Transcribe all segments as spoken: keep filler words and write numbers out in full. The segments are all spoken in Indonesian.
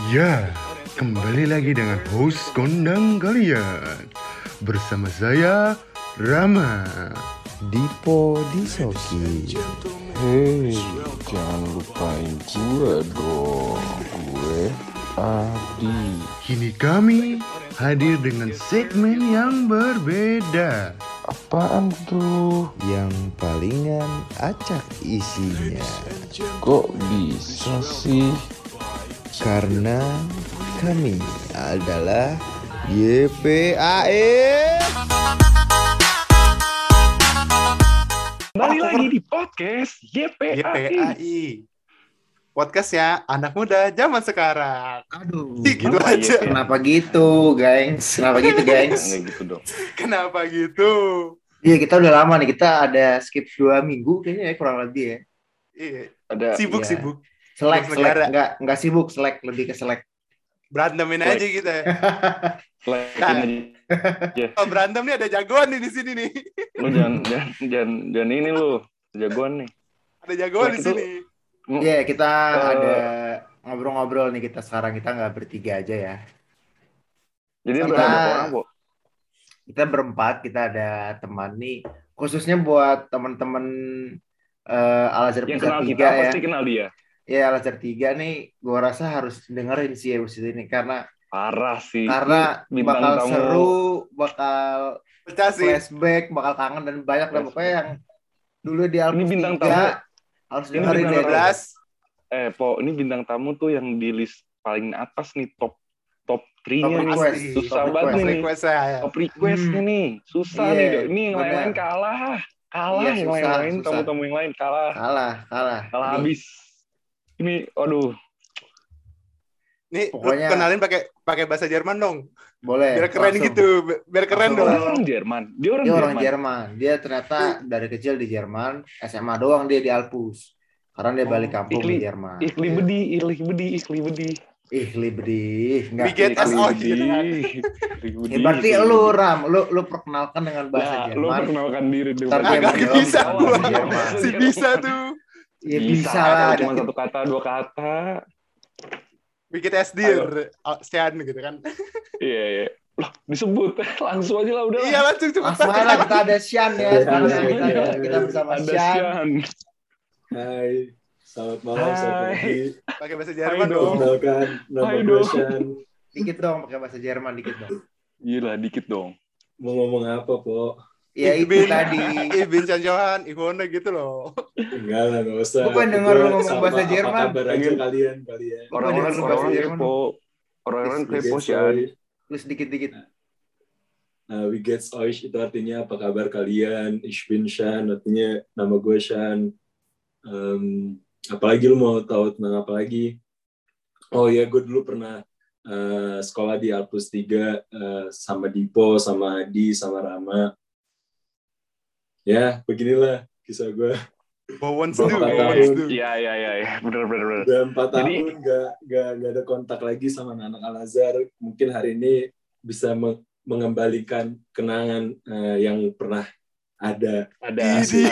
Ya, kembali lagi dengan host kondang kalian. Bersama saya, Rama. Dipo Disoki. Hei, jangan lupain gue dong. Gue Adi. Kini kami hadir dengan segmen yang berbeda. Apaan tuh? Yang palingan acak isinya. Kok bisa sih? Karena kami adalah Y P A E. Kembali lagi di podcast Y P A I. Podcastnya anak muda zaman sekarang. Aduh, gitu Kenapa aja. Y P A I? Kenapa gitu, guys? Kenapa gitu, guys? Nggak gitu dong. Kenapa gitu? Iya, kita udah lama nih. Kita ada skip dua minggu kayaknya ya, kurang lebih ya. Iya. Ada Sibuk iya. sibuk. Selek, Sibuk selek. negara. Enggak, enggak sibuk, selek. Lebih ke selek. Berantemin Selek. aja kita. like Nah. aja. Kalau berantem nih ada jagoan nih di sini nih. Lu jangan jangan jangan, jangan ini lu jagoan nih. Ada jagoan Selek di itu- sini. Iya, kita Eh. ada ngobrol-ngobrol nih kita sekarang. Kita nggak bertiga aja ya. Jadi Kita- berapa orang, Bu? Kita berempat, kita ada teman nih. Khususnya buat teman-teman eh, Al-Azhar Yang Pusat kenal kita tiga ya. pasti kenal dia. Ya, Al-Azhar tiga nih, gue rasa harus dengerin sih episode ini. Karena Parah sih. karena Ini bintang bakal tamu. seru, bakal Pecah sih. flashback, bakal kangen dan banyak lah pokoknya yang dulu di Alpus Ini bintang tiga, tamu. harus Ini dengerin bintang deh. tamu. belas. Eh, Po, ini bintang tamu tuh yang di list paling atas nih, top top tiga Top nih. request. Susah Top banget request. nih. Request saya. Top request-nya Hmm. nih. Susah Iya, nih. Ini yang benar. lain-lain kalah. Kalah Iya, yang susah, lain-lain, susah. tamu-tamu yang lain kalah. Kalah, kalah. Kalah Ini habis. Ini, aduh. Nih, Pokoknya- lu kenalin pakai pakai bahasa Jerman dong. boleh. Biar keren langsung. gitu. Biar keren Langsung. dong. Dia orang Jerman. Dia orang Dia orang Jerman. Jerman. Dia ternyata dari kecil di Jerman, S M A doang dia di Alpus. Karena dia Oh, balik kampung Ikli- di Jerman. Ikli bedi, ikli bedi, ikli bedi. Ih, libri. Enggak. Biget as Ikli oh bedi. gitu kan. Ikli bedi, Ya, berarti ikli lu bedi. Ram, lu lu perkenalkan dengan bahasa Nah, lu Jerman. perkenalkan diri dulu. Ntar dia Agak menjawab bisa dengan gua. bahasa Jerman. Si bisa tuh. Ya Bisa, bisa kalau lah. cuma satu kata, dua kata. Bikin S D Sean gitu kan. Iya, iya. Loh, disebut. Langsung aja lah, udah. Iya langsung Langsung cepetan. aja lah, kita ada Sian ya. Iya, Sekarang iya, kita, iya, kita iya. bersama Ada Sian. Sian. Hai, selamat malam, selamat Hai. pagi. Pakai bahasa Jerman Hai dong. dong. Kenalkan, nama Hai gue dong. Shan. Dikit dong pakai bahasa Jerman dikit dong. Gila, dikit dong. Mau ngomong apa, Po? Ya Ich itu bin- tadi. Ich bin Chan Johan, Ivone gitu loh. Enggak lah, nggak usah. Gua pengen denger lu Gua ngomong sama bahasa apa Jerman. kabar aja Pengen- kalian, kalian. Orang-orang denger bahasa orang-orang Jerman. kepo. Orang-orang We kepo get Sian. sorry. Terus dikit-dikit. Nah, we get euch itu artinya apa kabar kalian? Ich bin Shan, artinya nama gue Shan. Em, apalagi lu mau tahu tentang apa lagi? Oh ya, gue dulu pernah eh, sekolah di Alpus tiga eh, sama Dipo, sama Adi, sama Rama. Ya, beginilah kisah gue. Bowon Berapa Stu, tahun? Bowon Stu. Iya, iya, iya, iya. Bener, bener, bener. Udah empat Jadi- tahun gak, gak, gak ada kontak lagi sama anak Al-Azhar. Mungkin hari ini bisa me- mengembalikan kenangan eh, yang pernah ada. Ada. Idi.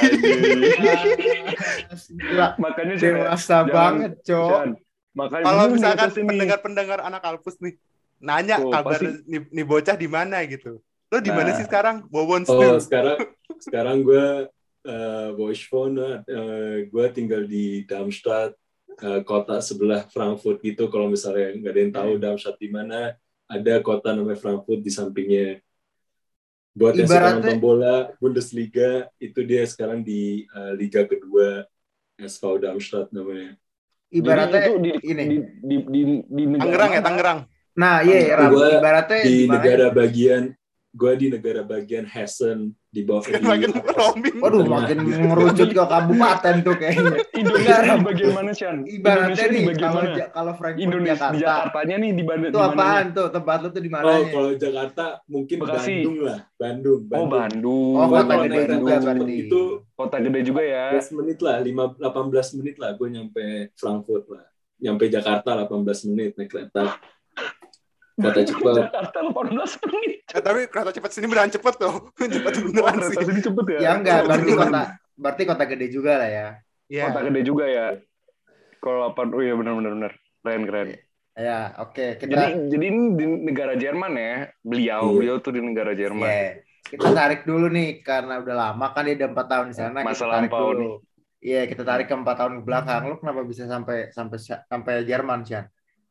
Gila, Makanya Sian, dewasa jangan- banget, Cok. Sian. Makanya Kalau ini misalkan atas ini. pendengar-pendengar anak Alpus nih nanya Oh, kabar pasti. nih, nih bocah di mana gitu. Lo di mana Nah. sih sekarang? Bowon Oh, Stu. sekarang sekarang gue uh, voice phone, uh, gue tinggal di Darmstadt, uh, kota sebelah Frankfurt gitu. Kalau misalnya nggak ada yang tahu Darmstadt di mana, ada kota namanya Frankfurt di sampingnya. Buat yang suka Ibaratnya- nonton bola, Bundesliga, itu dia sekarang di uh, Liga kedua, S V Darmstadt namanya. Ibaratnya Jadi itu di, ini. di, di, di, di negara Tangerang ya, mana? Tangerang. Nah, iya, Ram. Gua Ibaratnya Di di mana? negara bagian, gue di negara bagian Hessen, di bawah di Makin roaming. Waduh, Tengah. makin mengerucut ke kabupaten tuh kayaknya. Indonesia Enggak, di bagian mana, Chan? Ibaratnya Indonesia di nih, bagian kalau mana? Ja- kalau Frankfurt Indonesia di Jakarta, Jakartanya nih di mana? itu apaan tuh? Tempat lu tuh di Oh, mananya? kalau Jakarta mungkin Bekasi. Bandung lah, Bandung. Oh, Bandung. Oh, Gua kota kalau gede naik juga kereta berarti. itu Kota gede juga ya. delapan belas menit lah, lima, delapan belas menit lah gue nyampe Frankfurt lah. Nyampe Jakarta delapan belas menit naik kereta. Kota cepat. Jakarta delapan belas menit. Eh, tapi kereta cepat sini beneran cepet tuh. Cepet beneran sih. Kereta sini cepet ya? Ya enggak, Oh, berarti beneran. kota berarti kota gede juga lah ya. Iya. Kota gede juga ya. Kalau delapan, oh iya benar benar benar. Keren keren. Ya, oke. Kita Jadi jadi ini di negara Jerman ya. Beliau, Iya. beliau tuh di negara Jerman. ya, kita tarik dulu nih karena udah lama kan dia udah empat tahun di sana. Masa Kita tarik lampau dulu. nih. Iya, kita tarik ke empat tahun ke belakang. Lu kenapa bisa sampai sampai sampai Jerman, Sian?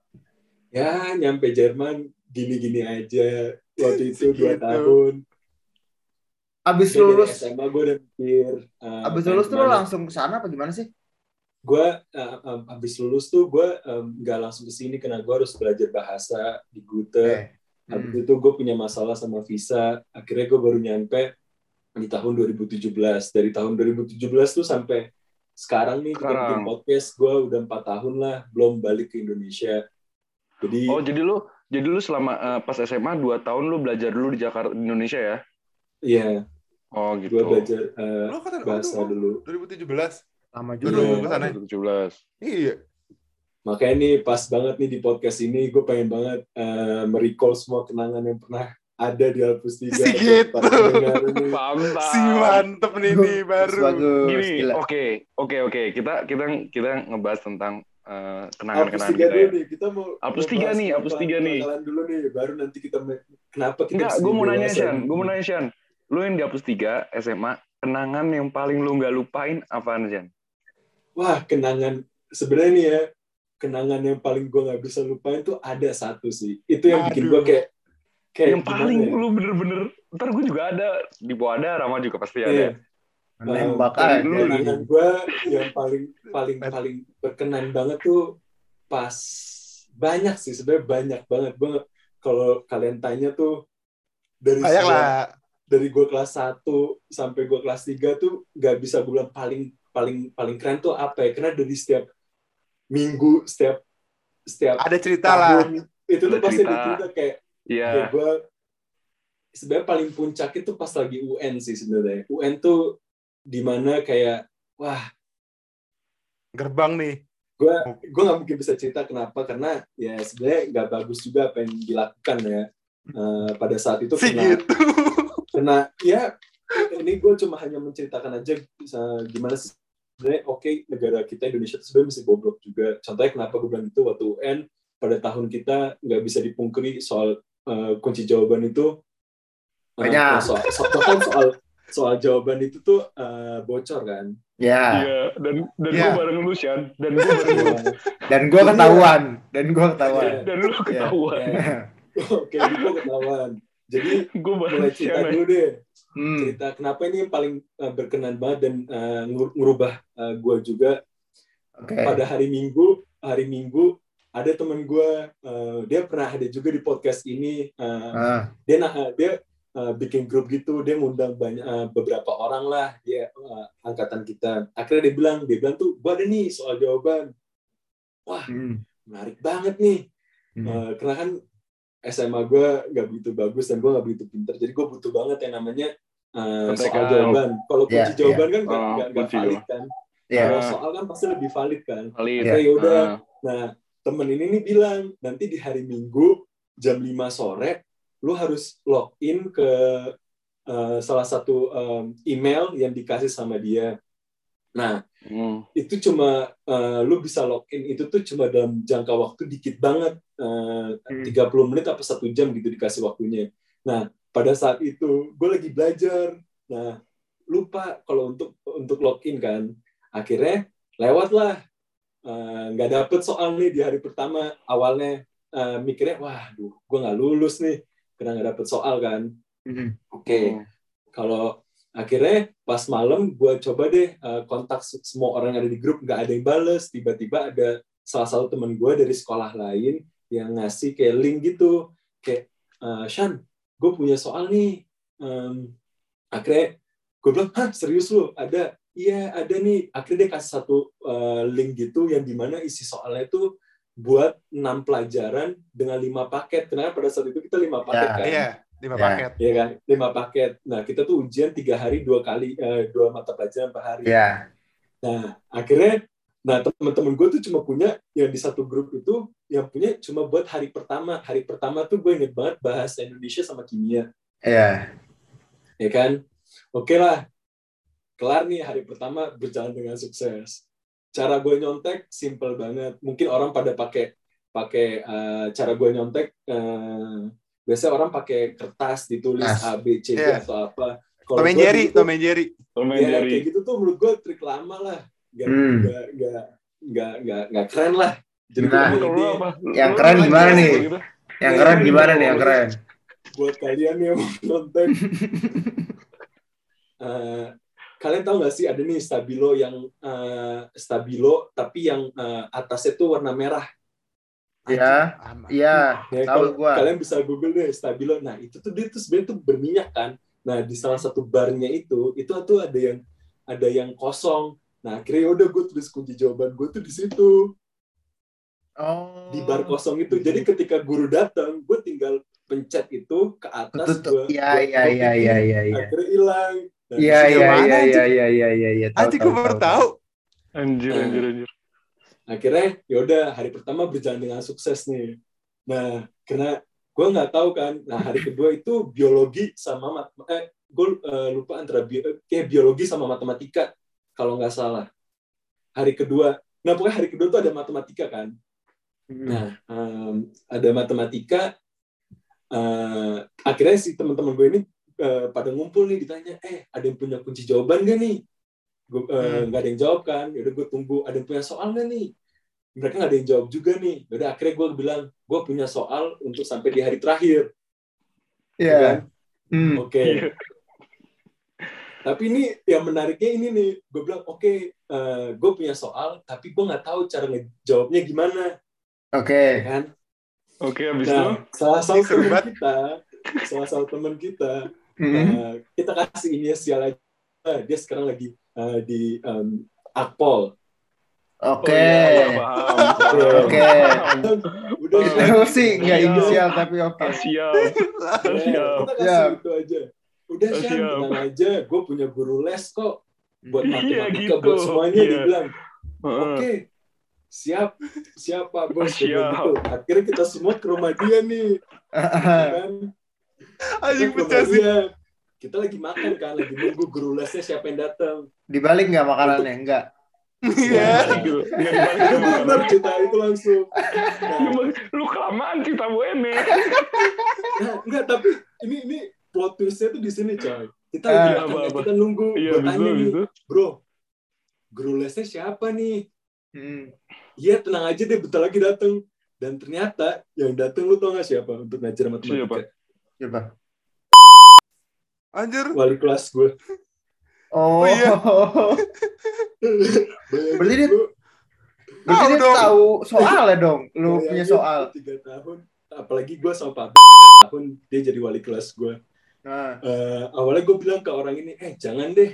Ya, nyampe Jerman gini-gini aja. Waktu itu dua Segitu. tahun. Abis Gue dari lulus, S M A gue udah mikir. uh, abis pengen lulus tuh lu kemana. langsung ke sana apa gimana sih? Gue uh, um, abis lulus tuh gue um, nggak langsung ke sini karena gue harus belajar bahasa di Goethe. Eh, Habis hmm. itu gue punya masalah sama visa. Akhirnya gue baru nyampe di tahun dua ribu tujuh belas. Dari tahun dua ribu tujuh belas tuh sampai sekarang nih kita bikin Sekarang. podcast, gue udah empat tahun lah belum balik ke Indonesia. Jadi Oh, jadi lu jadi lu selama uh, pas S M A dua tahun lu belajar dulu di Jakarta di Indonesia ya? iya, Oh, gitu. gue belajar uh, Lu kata bahasa oh, dulu. dua ribu tujuh belas. Lama Lu juga. nunggu Iya. ke sana. dua ribu tujuh belas. Iya. Makanya nih pas banget nih di podcast ini gue pengen banget uh, merecall semua kenangan yang pernah ada di Alpus tiga. Si gitu. Mantap. Si mantep nih nih baru. Bagus. Gini, Gila. oke, oke, oke. Kita kita kita ngebahas tentang uh, Alpus kenangan-kenangan tiga kita dulu ya. nih, kita mau Alpus mau tiga bahas nih, kenakalan- Alpus tiga nih. kenakalan dulu nih, baru nanti kita me- kenapa kita Enggak, bisa gue mau jadi nanya dewasa Shan, nih. gue mau nanya Shan. Lu yang di Alpus tiga S M A, kenangan yang paling lu nggak lupain apaan Shan? Wah, kenangan sebenarnya nih ya, kenangan yang paling gue nggak bisa lupain tuh ada satu sih. Itu yang bikin gue Aduh. kayak kayak Yang gimana paling ya? lu bener-bener, ntar gue juga ada, di bawah ada, Rama juga pasti Iya. ada. Nembak Um, aja. kenangan gue yang paling paling paling berkenan banget tuh pas banyak sih sebenarnya banyak banget. Gue kalau kalian tanya tuh dari Banyak semua- lah. dari gue kelas satu sampai gue kelas tiga tuh nggak bisa gue bilang paling paling paling keren tuh apa ya, karena dari setiap minggu setiap setiap Ada cerita lah. tahun itu tuh Ada pasti ada cerita. cerita kayak Iya. kayak gue sebenarnya paling puncak itu pas lagi U N sih sebenarnya. U N tuh dimana kayak wah Gerbang nih. gue gue nggak mungkin bisa cerita kenapa, karena ya sebenarnya nggak bagus juga apa yang dilakukan ya. Eh, pada saat itu Si kena gitu. kena ya ini gue cuma hanya menceritakan aja uh, gimana sih sebenarnya. Oke, negara kita Indonesia itu sebenarnya masih goblok juga. Contohnya kenapa gue bilang itu waktu U N pada tahun kita nggak bisa dipungkiri soal uh, kunci jawaban itu uh, Banyak. soal soal bahkan soal soal jawaban itu tuh uh, bocor kan. Ya. Iya, dan dan Iya. gue bareng lu Shan, dan gue bareng lu, Dan gue ketahuan. Dan gue ketahuan. Iya. dan lu ketahuan. Ya. Oke, gue ketahuan. Jadi Gue bareng mulai cerita Shan. dulu deh. Hmm. Cerita kenapa ini yang paling uh, berkenan banget dan uh, ngur- ngubah uh, gue juga. Oke. Pada hari Minggu, hari Minggu ada temen gue, uh, dia pernah ada juga di podcast ini. Uh, Ah. dia nah, dia uh, bikin grup gitu, dia ngundang banyak uh, beberapa orang lah, dia uh, angkatan kita. Akhirnya dia bilang, dia bilang tuh, gue ada nih soal jawaban. Wah, Hmm. menarik banget nih. Hmm. Uh, karena kan S M A gue nggak begitu bagus dan gue nggak begitu pinter, jadi gue butuh banget yang namanya uh, soal Contekan. jawaban. Kalau kunci Iya, jawaban kan nggak Oh, nggak nggak kunci valid kan. Ya. Kalau soal kan pasti lebih valid kan. Valid. Oke, yaudah. Ah. Nah, temen ini nih bilang, nanti di hari Minggu jam lima sore, lu harus login ke uh, salah satu um, email yang dikasih sama dia. Nah, Hmm. itu cuma, uh, lu bisa login, itu tuh cuma dalam jangka waktu dikit banget. Uh, tiga puluh menit apa satu jam gitu dikasih waktunya. Nah, pada saat itu, gue lagi belajar. Nah, lupa kalau untuk untuk login kan. Akhirnya, lewatlah. Nggak uh, dapet soal nih di hari pertama. Awalnya uh, mikirnya, wah, duh, gue nggak lulus nih. Karena nggak dapet soal kan. Hmm. Oke, okay. Kalau akhirnya pas malam gue coba deh uh, kontak semua orang yang ada di grup, nggak ada yang bales. Tiba-tiba ada salah satu teman gue dari sekolah lain yang ngasih kayak link gitu, kayak uh, Shan, gue punya soal nih. Um, akhirnya gue bilang, hah serius lu? Ada? Iya ada nih. Akhirnya dia kasih satu uh, link gitu yang dimana isi soalnya itu buat enam pelajaran dengan lima paket. Karena pada saat itu kita lima paket Ya, kan. Iya, lima Ya. paket. Iya kan, lima paket. Nah kita tuh ujian tiga hari dua kali eh, dua mata pelajaran per hari. Ya. Nah akhirnya, nah teman-teman gue tuh cuma punya yang di satu grup itu yang punya cuma buat hari pertama. Hari pertama tuh gue inget banget bahasa Indonesia sama kimia, Ya. ya kan? Oke lah, kelar nih hari pertama berjalan dengan sukses. Cara gue nyontek simple banget. Mungkin orang pada pakai pakai uh, cara gue nyontek uh, biasanya orang pakai kertas ditulis Yes. A B C D Yeah. atau apa. Tom and gua Jerry, dulu tuh, Tom and Jerry. Tom and ya Jerry. kayak gitu tuh menurut gue trik lama lah, nggak Hmm. nggak nggak nggak nggak nggak keren lah. Jadi Nah, gue Kalau lu ini apa? yang Lu keren lu gimana gitu, nih? gitu. Yang keren gimana nih yang keren? buat kalian yang mau nonton, uh, kalian tahu nggak sih ada nih stabilo yang uh, stabilo tapi yang uh, atasnya tuh warna merah. Ya, Aman. iya, Ya, tahu kalau gua. kalian bisa google deh stabilo. Nah itu tuh dia tuh sebenarnya tuh berminyak kan. Nah di salah satu barnya itu itu tuh ada yang ada yang kosong. Nah akhirnya udah gue tulis kunci jawaban gue tuh di situ Oh. di bar kosong itu. Jadi ketika guru datang, gue tinggal pencet itu ke atas. Tutup. Gua, Iya, gua- iya, gua iya, bikin, iya, iya, iya. Akhirnya hilang. Nah, Iya, di situ iya, Mana, iya, anjing? iya, iya, iya, iya, iya. Tahu, Anjing gue tahu, baru tahu, tahu. Anjir, anjir, anjir. Akhirnya ya udah hari pertama berjalan dengan sukses nih. Nah karena gue nggak tahu kan. Nah hari kedua itu biologi sama mat eh gue uh, lupa antara bio kayak biologi sama matematika kalau nggak salah. Hari kedua, nah pokoknya hari kedua tuh ada matematika kan. Nah um, ada matematika. Uh, akhirnya si teman-teman gue ini uh, pada ngumpul nih ditanya, eh ada yang punya kunci jawaban gak nih? Gue uh, nggak ada yang jawab kan. Yaudah gue tunggu ada yang punya soal gak nih? Mereka nggak ada yang jawab juga nih. Yaudah akhirnya gue bilang gue punya soal untuk sampai di hari terakhir. Iya. Kan? Hmm. Oke. Okay. Tapi ini yang menariknya ini nih, gue bilang oke, okay, uh, gue punya soal, tapi gue nggak tahu cara ngejawabnya gimana. Oke. Ya kan? Oke, habis itu. Nah, salah satu Seru teman banget. kita, salah satu teman kita, Hmm. uh, kita kasih inisial aja. Dia sekarang lagi uh, di um, Akpol. Oke. Oh, iya, paham. Oke. Udah Itu sih nggak Siap. inisial tapi oke. Ah, siap. Ah, Ya, siap. kita kasih Siap. itu aja. Udah Oh, Syam, siap. tenang aja. Gue punya guru les kok. Buat Iya, matematika, gitu. buat semuanya. Iya. Dia bilang, Heeh. oke, siap. Siap Pak Bos. Dia bilang Siap. gitu. Akhirnya kita semua ke rumah dia nih. Ya kan? Anjing Kita ke rumah pecah sih. dia. Kita lagi makan kan. Lagi nunggu guru lesnya siapa yang datang. Dibalik nggak makanannya? Enggak. Iya. Gitu. Dia dibalik Itu sama benar cerita itu langsung. Lu, Nah, lu kelamaan cerita gue nih. nah, enggak, tapi ini ini plot twist-nya tuh di sini, coy. Kita Eh, lagi makan, apa, ya, apa. kita nunggu. Iya, Gue habis tanya itu, habis nih, itu. bro, guru lesnya siapa nih? Hmm. Iya, tenang aja deh, bentar lagi datang. Dan ternyata yang datang lu tau gak siapa untuk ngajar matematika? Siapa? Coba. Anjir. Wali kelas gue. Oh. Oh, iya. Bayangin Berarti dia- gua, Berarti Tahu dia dong. tahu soalnya dong. Lu bayangin punya soal. tiga tahun, apalagi gue sama Pak Ben, tiga tahun, dia jadi wali kelas gue. Nah. Eh, awalnya gue bilang ke orang ini, eh jangan deh.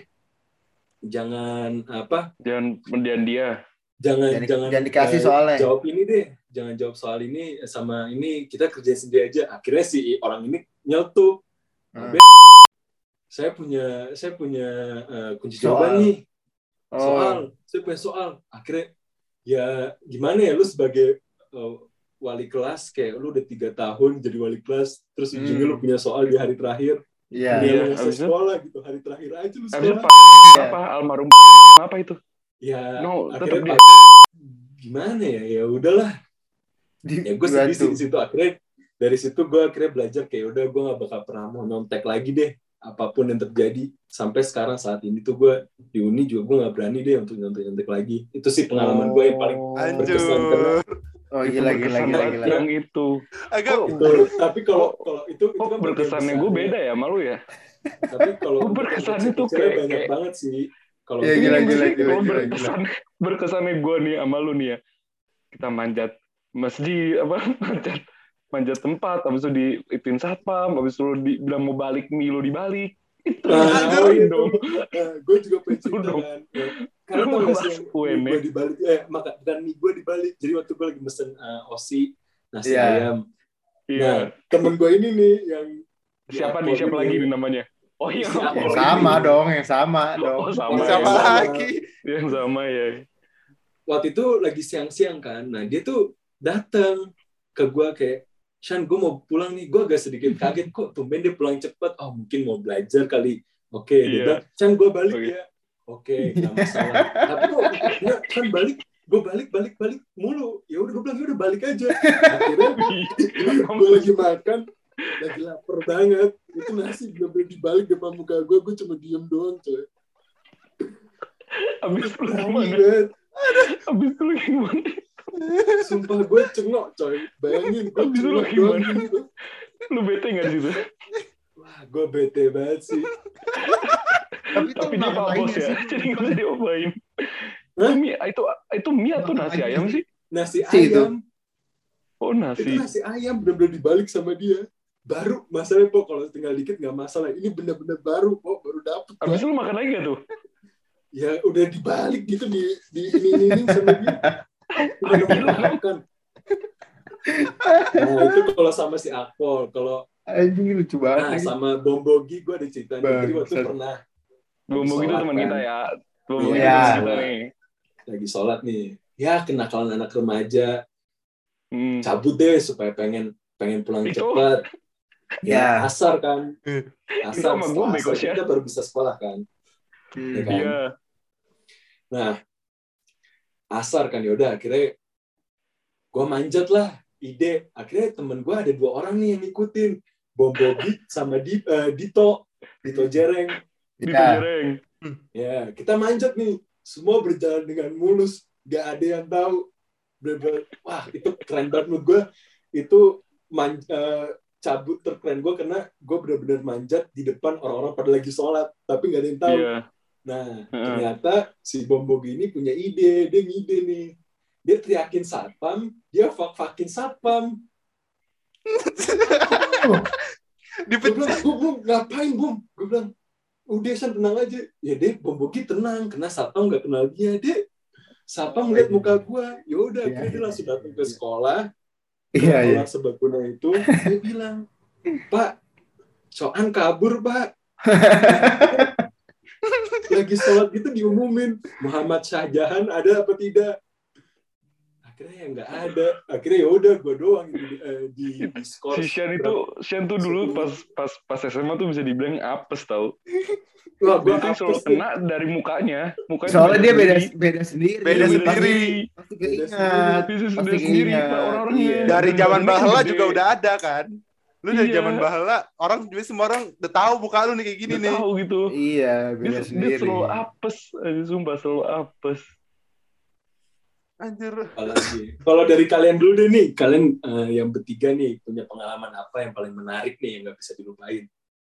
Jangan, apa, Jangan mendian dia. jangan Jangan- jangan, jangan dikasih eh, soalnya. jawab ini deh, jangan jawab soal ini sama ini, kita kerjain sendiri aja. Akhirnya si orang ini nyeletuk, Hmm. Ben, saya punya saya punya eh, kunci jawaban Soal. nih, Oh. soal, saya punya soal. Akhirnya ya gimana ya, lu sebagai eh, wali kelas, kayak lu udah tiga tahun jadi wali kelas, terus Hmm. ujungnya lu punya soal di hari terakhir, Iya. dia Iya, lu nggak habis itu? sekolah gitu, hari terakhir aja lu Habis itu sekolah. Pak apa almarhum apa itu? Ya No, akhirnya tetap Pak dia. gimana ya, ya udahlah. Di- Ya gue sedih sih dibantu. di situ. Akhirnya dari situ gue akhirnya belajar kayak udah gue gak bakal pernah mau nyontek lagi deh apapun yang terjadi. Sampai sekarang saat ini tuh gue di uni juga gue gak berani deh untuk nyontek-nyontek lagi. Itu sih pengalaman gue yang paling Anjir. berkesan karena Oh Itu gila gila berkesan gila banget gila. yang itu. Agak Oh, itu. Tapi kalau kalau itu itu Oh, kan berkesannya bagian gue besarnya. beda ya malu ya. Tapi kalau Oh, berkesannya tuh kecil-kecilnya kayak- banyak kayak- banget sih. Kalau Iya, Ini gila, yang gue gila, sih, gila, kalau gila, berkesan berkesannya gue nih sama lu nih ya. Kita manjat masjid apa manjat manjat tempat, habis itu diituin satpam, habis itu lu dibilang mau balik nih lu dibalik. Itu Nah, ngapain itu. dong? Nah, gue juga pengen Itu cerita dong. kan. Ya, karena Lu tau gak bahas sih yang kue mie nih. gue dibalik, eh maka dan mie gue dibalik. Jadi waktu gue lagi mesen uh, osi nasi Iya. ayam. Iya. Nah, temen gue ini nih yang di Siapa Apple nih? Siapa ini, lagi nih namanya? Oh iya. Si Yang Apple sama ini. dong, yang sama dong. Oh, sama. Yang Siapa sama. lagi? Yang sama ya. Waktu itu lagi siang-siang kan. Nah, dia tuh datang ke gue kayak, Shan, gue mau pulang nih. Gue agak sedikit kaget kok. Tumben dia pulang cepet. Oh, mungkin mau belajar kali. Oke, dia Iya. bilang, Shan, gue balik Oke. ya. Oke, nggak masalah. Tapi kok, ya, Shan balik, gue balik balik balik mulu. Ya udah gue bilang ya udah balik aja. Akhirnya gue lagi makan, lagi lapar banget. Itu nasi bener-bener dibalik depan muka gue, gue cuma diem doang coy. Abis lu Berani gimana? banget. Abis lu gimana? Sumpah gue cengok coy. Bayangin gue Abis lu cengok gimana? doang gitu. Lu bete nggak di situ? Wah gue bete banget sih. Tapi itu Tapi dia makan mabos lagi ya, sih. jadi nggak bisa diobain. Hah? Itu mie, itu itu mie atau Makan nasi lagi ayam sih. sih? Nasi Si itu. ayam. Oh Itu nasi. nasi ayam bener-bener dibalik sama dia. Baru masalahnya Pok, kalau tinggal dikit nggak masalah. Ini bener-bener baru Pok, baru dapet. Abis gua. lu makan lagi gak tuh? Ya udah dibalik gitu di di ini ini sama dia. Udah mau makan. Nah itu kalau sama si Akpol, kalau Anjing lucu banget. nah, lagi. sama Bombogi gue ada cerita nih. Jadi waktu Bangsat. pernah Bombo gitu sholat teman kan. kita ya. Bombo Iya. gitu teman kita nih. lagi sholat nih. Ya kenakalan anak remaja. Hmm. Cabut deh supaya pengen pengen pulang Itu. cepat. Ya Ya. asar kan. Itu Asar sama gue setelah bego asar sih ya. kita baru bisa sekolah kan. Ya kan? Iya. Nah, asar kan yaudah akhirnya gue manjat lah ide. Akhirnya temen gue ada dua orang nih yang ngikutin. Bombogi sama Di, eh, Dito. Dito Jereng. Di Ya. Jereng. Ya, kita manjat nih. Semua berjalan dengan mulus. Gak ada yang tahu. Bener-bener, wah itu keren banget menurut gue. Itu man, eh, cabut terkeren gue karena gue bener-bener manjat di depan orang-orang pada lagi sholat. Tapi gak ada yang tahu. Iya. Nah, Heeh. ternyata si Bombogi ini punya ide. Dia ngide nih. Dia teriakin satpam, dia fak-fakin satpam. Gue bilang, gue bilang, ngapain, Bum? Gue bilang, udah, San, tenang aja. Ya, deh, Bombogi tenang. Karena satpam gak kenal dia, deh. Satpam ngeliat muka gue. Yaudah, Iya. akhirnya dia langsung datang ke sekolah. Iya, iya. Sekolah sebaguna itu. Dia bilang, Pak, Coan kabur, Pak. Lagi sholat gitu diumumin. Muhammad Syahjahan ada apa tidak? Akhirnya ya nggak ada. Akhirnya ya udah gue doang di, eh, di, di skor. Si Shan itu, Shan tuh dulu pas pas pas S M A tuh bisa dibilang apes tau. Wah, gue Dia tuh selalu kena dari mukanya. Mukanya Soalnya dia beda sendiri. beda sendiri. Beda Pasti- sendiri. Pasti keingat. Bisa Pasti sendiri sendiri keingat. Pak, orang-orangnya. Iya. Dari Dan zaman badannya bahala gede. juga udah ada kan. Lu dari Iya. zaman bahala, orang juga semua orang udah tahu muka lu nih kayak gini Dia nih. tahu gitu. Iya, Dia, beda dia sendiri. selalu apes. Aduh, sumpah selalu apes. Anjir. Apalagi. Kalau dari kalian dulu deh nih, kalian eh, yang bertiga nih punya pengalaman apa yang paling menarik nih yang nggak bisa dilupain?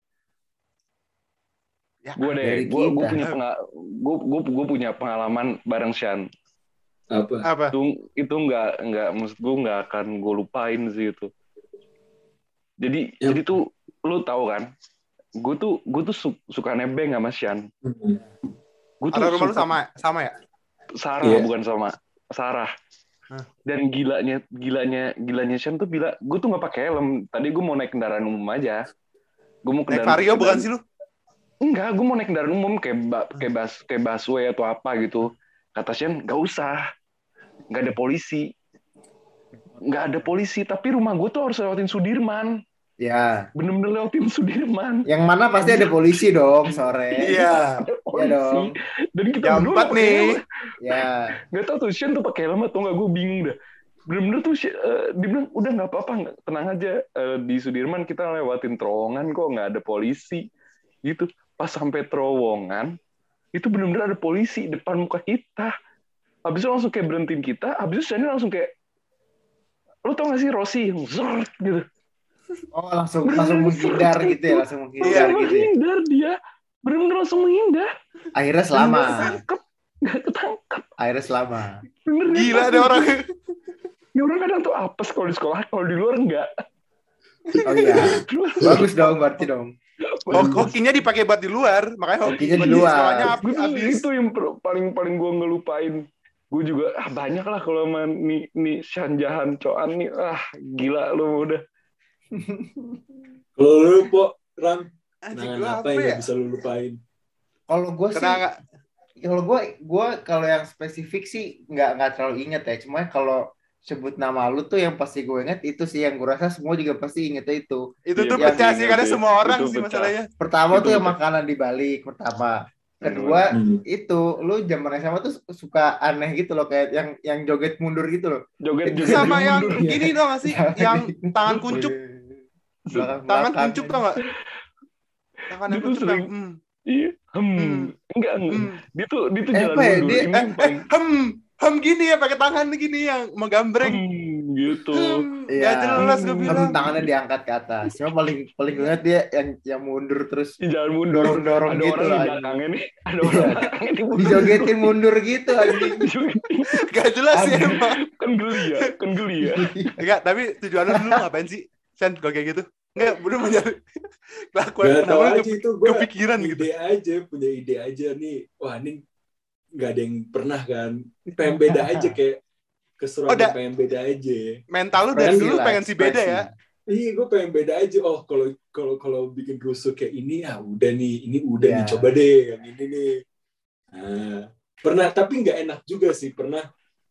Ya, Gue Dari deh, gue gue kita. punya penga- gue gue gue punya pengalaman bareng Shan. Apa? apa? Itu itu nggak nggak maksud gue nggak akan gue lupain sih itu. Jadi Ya. jadi tuh lu tahu kan, gue tuh gue tuh su- suka nebeng sama Shan. Hmm. Gue tuh Arah rumah lu suka- sama sama ya? Sarah Iya. bukan sama Sarah. Hah. Dan gilanya gilanya gilanya Shan tuh bila gue tuh nggak pakai helm. Tadi gue mau naik kendaraan umum aja. Gue mau Naik kendaraan Vario bukan kendaraan- sih lu? Enggak, gue mau naik kendaraan umum kayak ba- kayak bus kayak busway atau apa gitu. Kata Shan, nggak usah, nggak ada polisi, nggak ada polisi. Tapi rumah gue tuh harus lewatin Sudirman, Ya. bener-bener lewatin Sudirman. Yang mana pasti ada polisi dong sore. Iya. Ada Iya polisi. dong. Dan kita Jam berdua empat nggak pakai nih. helm. Ya. Nggak tahu tuh Shan tuh pakai helm atau nggak, gue bingung dah. Bener-bener tuh Shan- eh, dia bilang udah nggak apa-apa, nggak- tenang aja. Eh, di Sudirman kita lewatin terowongan kok, nggak ada polisi gitu. Pas sampai terowongan itu bener-bener ada polisi depan muka kita. Habis itu langsung kayak berhentiin kita. Habis itu Shan langsung kayak, lu tau gak sih Rossi yang zort gitu. Oh, langsung langsung menghindar gitu ya, langsung Langsung menghindar gitu. Ya. menghindar dia. Bener-bener langsung menghindar. Akhirnya Nggak selamat. ketangkep. Nggak ketangkep. Akhirnya selamat. Bener, nggak Gila ada ketangkep. orang. Ini orang kadang tuh apes kalau di sekolah, kalau di luar enggak. Oh iya. Bagus dong berarti dong. Hok- Hokinya dipakai buat di luar, makanya hoki Hokinya di buat luar. sekolahnya Gue tuh habis. itu yang per- paling paling gue ngelupain. Gue juga ah banyak lah kalau sama nih nih Shanjahan Coan nih, ah gila lu udah. Kalau lu, Pok, Ram, Anjing kenangan gua apa apa yang ya? nggak bisa lu lupain? Kalau gue sih, Kenapa? kalau gue gue kalau yang spesifik sih nggak nggak terlalu inget ya. Cuma kalau sebut nama lu tuh yang pasti gue inget itu sih yang gue rasa semua juga pasti ingetnya itu. Itu Iya, tuh yang pecah sih ingat karena sih. semua orang Itu sih pecah. masalahnya. Pertama Itu tuh yang betul. makanan dibalik pertama. Kedua Hmm. itu lu zaman S M A tuh suka aneh gitu loh, kayak yang yang joget mundur gitu loh. Joget Itu joget Sama yang mundur. gini tau gak sih? Yang tangan kuncup. Belakang Tangan kuncup tau gak? Tangan Dia yang tuh kuncup sering yang hmm, iya, hmm, hmm, enggak enggak. hmm. Dia tuh dia tuh Eh, jalan apa ya? mundur. Dia- Ini Eh, yang eh, paling hem, hem gini ya, pakai tangan gini yang menggambreng. hmm, gitu. Hmm, Iya. gak jelas gue Hmm. bilang. Kan tangannya diangkat ke atas. Cuma paling paling gue liat dia yang yang mundur terus Dia jalan mundur. dorong-dorong Ada gitu orang loh, di anjing. belakangnya nih. Ada Iya. orang di belakangnya nih mundur. Dijogetin mundur gitu anjing. Dijogetin. Gak jelas sih Aneh. emang. Kan geli ya, kan geli ya. Enggak, tapi tujuan lu dulu ngapain sih? Sen, kalau kayak gitu. Enggak, bener mencari kelakuan. Gak tau Kenapa lu aja itu gue kepikiran gitu? ide aja, punya ide aja nih. Wah ini gak ada yang pernah kan. Pengen beda aja kayak keseruan Oh, da- pengen beda aja. Mental lu dari Ekspresi dulu lah, pengen si beda ekspresi. ya? Iya, gue pengen beda aja. Oh, kalau kalau kalau bikin rusuh kayak ini, ya udah nih, ini udah Iya. nih, coba deh yang ini nih. Nah, pernah, tapi nggak enak juga sih. Pernah,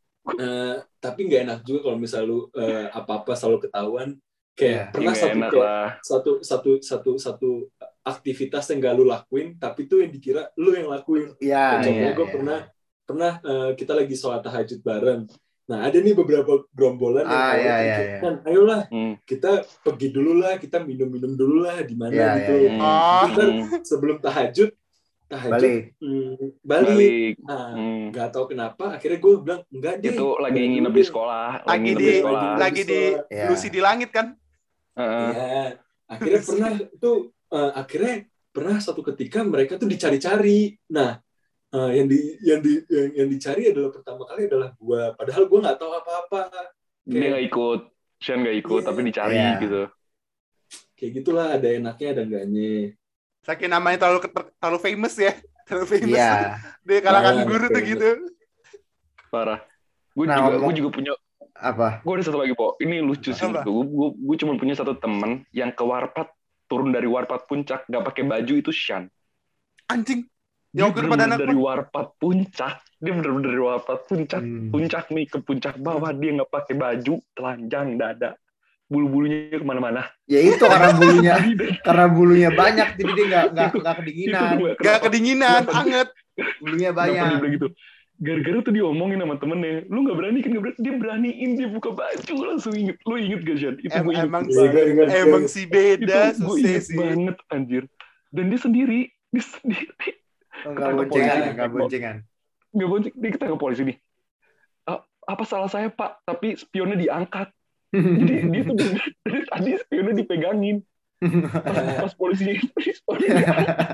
eh, tapi nggak enak juga kalau misal lu eh, apa-apa selalu ketahuan. Kayak Iya. pernah Nggak satu, enak kayak lah. satu satu satu satu aktivitas yang nggak lu lakuin, tapi tuh yang dikira lu yang lakuin. Iya, Contohnya iya. gue iya. pernah pernah eh, kita lagi sholat tahajud bareng. Nah, ada nih beberapa gerombolan yang Ah, awalnya iya, kayak, iya, iya. "Kan, ayolah Hmm. kita pergi dulu lah, kita minum-minum dulu lah di mana Iya, gitu." iya, iya. Oh, Ntar Hmm. sebelum tahajud, tahajud Balik. hmm, balik. Balik. Nah, Hmm. nggak tahu kenapa, akhirnya gue bilang enggak deh. Itu lagi nggak nginep dulu di deh." sekolah, lagi lagi nginep di di sekolah. lagi- lagi di Iya. Lucy di langit kan? Heeh. Iya, akhirnya pernah itu eh, akhirnya pernah suatu ketika mereka tuh dicari-cari. Nah, eh, yang di yang di yang, yang dicari adalah pertama kali adalah gue. Padahal gue nggak tahu apa-apa. Dia nggak ikut, Sean nggak ikut, Iya. tapi dicari Iya. gitu. Kayak gitulah, ada enaknya ada enggaknya. Saking namanya terlalu ter- terlalu famous ya. Terlalu famous. Iya. Di kalangan Nah, guru tuh famous. gitu. Parah. Gue Nah, juga, ngomong- gue juga punya, Apa? gue ada satu lagi, Po. Ini lucu sih. Apa? Gue, gue, gue cuma punya satu temen yang ke Warpat, turun dari Warpat Puncak, nggak pakai baju, itu Sean. Anjing. Dia Yang waktu itu pada bener-bener anak dari Warpat Puncak. Dia bener-bener dari Warpat Puncak. Hmm. Puncak nih, ke puncak bawah. Dia nggak pakai baju, telanjang, dada. Bulu-bulunya kemana-mana. Ya itu karena bulunya Jadi deh, karena bulunya banyak jadi dia nggak nggak nggak itu kedinginan. tuh Gak kenapa- kedinginan, Kenapa? anget. Bulunya Kenapa dia banyak. bilang gitu? Gara-gara tuh diomongin sama temennya, lu nggak berani kan? Nggak berani. Dia beraniin, dia buka baju, langsung inget. Lu inget gak, Sean? Itu Em- gue inget emang Iya, banget. ingat, ingat, Emang ingat. si Itu beda, gue susah inget sih. banget, anjir. Dan dia sendiri, dia sendiri. Oh, nggak Ketangkap boncengan, polisi. ya, nggak boncengan. Nggak bonceng, dia ketangkap polisi nih. "Ah, apa salah saya, Pak? Tapi spionnya diangkat." Jadi dia tuh dari, dari tadi spionnya dipegangin. Pas, pas polisi, polisi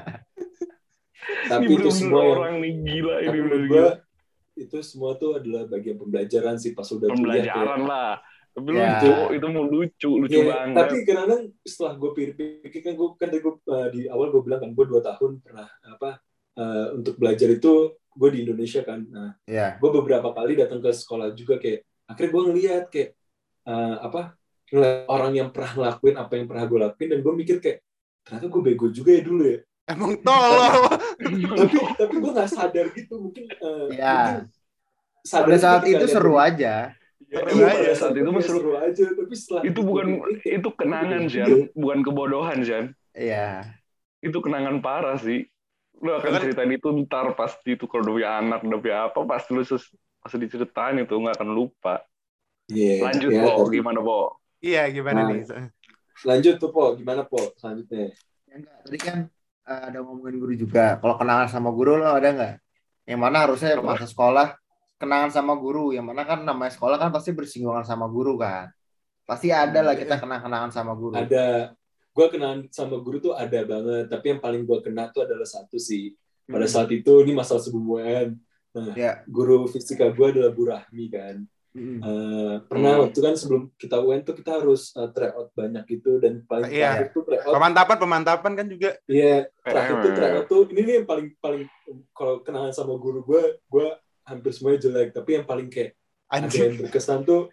Tapi ini itu bener-bener semua yang orang nih gila ini tapi bener menurut gila. gue itu semua tuh adalah bagian pembelajaran sih pas udah kuliah. Pembelajaran kayak- lah. Tapi Ya. lucu, itu mau lucu, lucu Iya, banget. tapi kadang-kadang setelah gue pikir-pikir kan gue kan tadi gue uh, di awal gue bilang kan gue dua tahun pernah apa uh, untuk belajar itu gue di Indonesia kan. Nah, Ya. gue beberapa kali datang ke sekolah juga kayak akhirnya gue ngeliat kayak uh, apa ngeliat orang yang pernah ngelakuin apa yang pernah gue lakuin dan gue mikir kayak ternyata gue bego juga ya dulu ya. Emang tolol. tapi tapi gue nggak sadar gitu mungkin. Uh, Ya. mungkin sadar Pada saat ketika itu lihat seru dari- aja. Iya, Seru pada aja. saat itu mah Seru. seru aja, tapi setelah Itu bukan, itu kenangan, Jan. Bukan kebodohan, Jan. Iya. Itu kenangan parah sih. Lu akan Kan- ceritain itu ntar pasti itu kalau udah punya anak, udah punya apa, pasti lu sus, pasti diceritain itu, nggak akan lupa. Iya, Lanjut, ya, Po. tapi- Gimana, Po? Iya, gimana Nah. nih? Lanjut tuh Po, gimana Po selanjutnya? Ya, enggak. Tadi kan eh, ada ngomongin guru juga. Kalau kenangan sama guru lo ada nggak? Yang mana harusnya Apa? masa sekolah kenangan sama guru. Yang mana kan namanya sekolah kan pasti bersinggungan sama guru kan. Pasti ada lah kita kenang-kenangan sama guru. Ada, gue kenal sama guru tuh ada banget, tapi yang paling gue kena tuh adalah satu sih. Pada Hmm. saat itu ini masalah sebelum U N. Nah, Ya. guru fisika gue adalah Bu Rahmi kan. Mm. Eh, pernah Hmm. waktu kan sebelum kita U N tuh kita harus uh, tryout banyak gitu dan paling Iya. terakhir tuh tryout. Pemantapan, pemantapan kan juga. Iya, terakhir tuh Eh. tryout tuh ini nih yang paling paling kalau kenangan sama guru gue, gue hampir semuanya jelek. Tapi yang paling kayak ada Anjing. yang berkesan tuh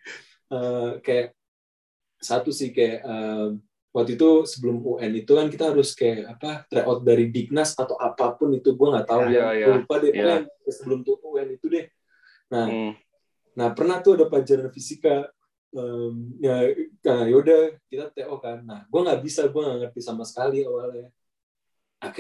eh, kayak satu sih kayak eh, waktu itu sebelum U N itu kan kita harus kayak apa tryout dari Dignas atau apapun itu gue nggak tahu Iya, ya, iya. Gua lupa deh Iya. pokoknya sebelum tuh U N itu deh. Nah, Hmm. nah pernah tuh ada pelajaran fisika em, ya, nah, yaudah kita T O kan. Nah, gue nggak bisa, gue nggak ngerti sama sekali awalnya. Akhirnya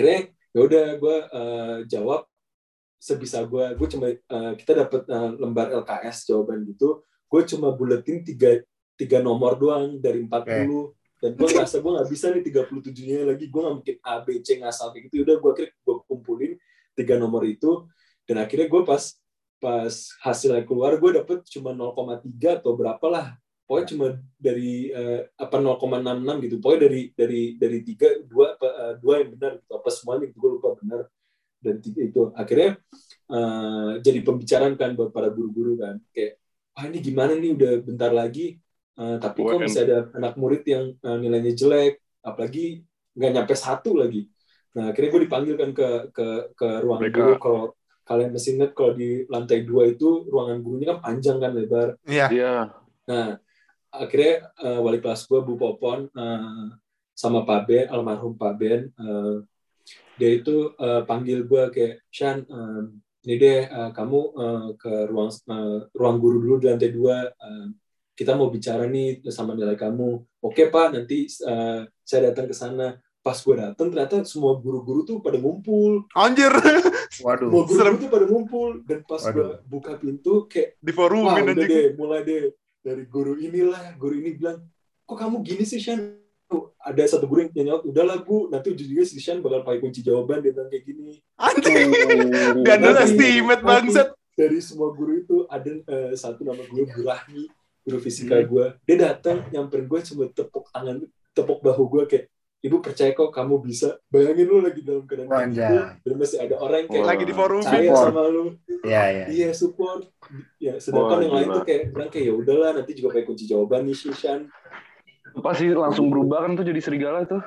Ya udah gue uh, jawab sebisa gue. Gue cuma uh, kita dapat uh, lembar L K S jawaban gitu. Gue cuma buletin tiga tiga nomor doang dari empat puluh. Okay. Dan gue ngerasa gue nggak bisa nih tiga puluh tujuh-nya lagi. Gue nggak mungkin A, B, C ngasal kayak gitu. Udah gue akhirnya gue kumpulin tiga nomor itu. Dan akhirnya gue pas pas hasilnya keluar, gue dapet cuma nol koma tiga atau berapa lah. Pokoknya cuma dari uh, apa nol koma enam enam gitu. Pokoknya dari dari dari tiga dua uh, dua yang benar gitu. Apa semuanya gitu gue lupa benar. Dan tiga itu akhirnya uh, jadi pembicaraan kan buat para guru-guru kan. Kayak wah ini gimana nih udah bentar lagi. Uh, tapi kok bisa ada anak murid yang uh, nilainya jelek, apalagi nggak nyampe satu lagi. Nah akhirnya gue dipanggil kan ke ke ke ruang Mereka. guru. Kalau kalian masih ingat kalau di lantai dua itu ruangan gurunya kan panjang kan lebar. Iya. Yeah. Nah akhirnya uh, wali kelas gue Bu Popon uh, sama Pak Ben, almarhum Pak Ben, uh, dia itu uh, panggil gue kayak Shan, uh, ini deh uh, kamu uh, ke ruang uh, ruang guru dulu di lantai dua. Uh, kita mau bicara nih sama nilai kamu. Oke Pak, nanti uh, saya datang ke sana. Pas gue datang ternyata semua guru-guru tuh pada ngumpul. Anjir. Waduh. Semua guru-guru tuh pada ngumpul. Dan pas gue buka pintu kayak di forum wah udah deh, mulai deh dari guru inilah, guru ini bilang, kok kamu gini sih Shan? Ada satu guru yang nyaut, udahlah Bu, nanti ujung-ujungnya si Shan bakal pakai kunci jawaban dia bilang kayak gini. Anjir. Gak ada estimate bangsat. Dari semua guru itu ada uh, satu nama gue Bu Rahmi. Guru fisika gue, dia datang nyamperin gue cuma tepuk tangan, tepuk bahu gue kayak, Ibu percaya kok kamu bisa. Bayangin lu lagi dalam keadaan gitu, dan masih ada orang yang kayak lagi di forum percaya sama lu. Iya, iya. Iya, support. Ya, sedangkan oh, yang lain tuh kayak bilang kayak ya udahlah nanti juga pakai kunci jawaban nih Shan. Pasti langsung berubah kan tuh jadi serigala tuh.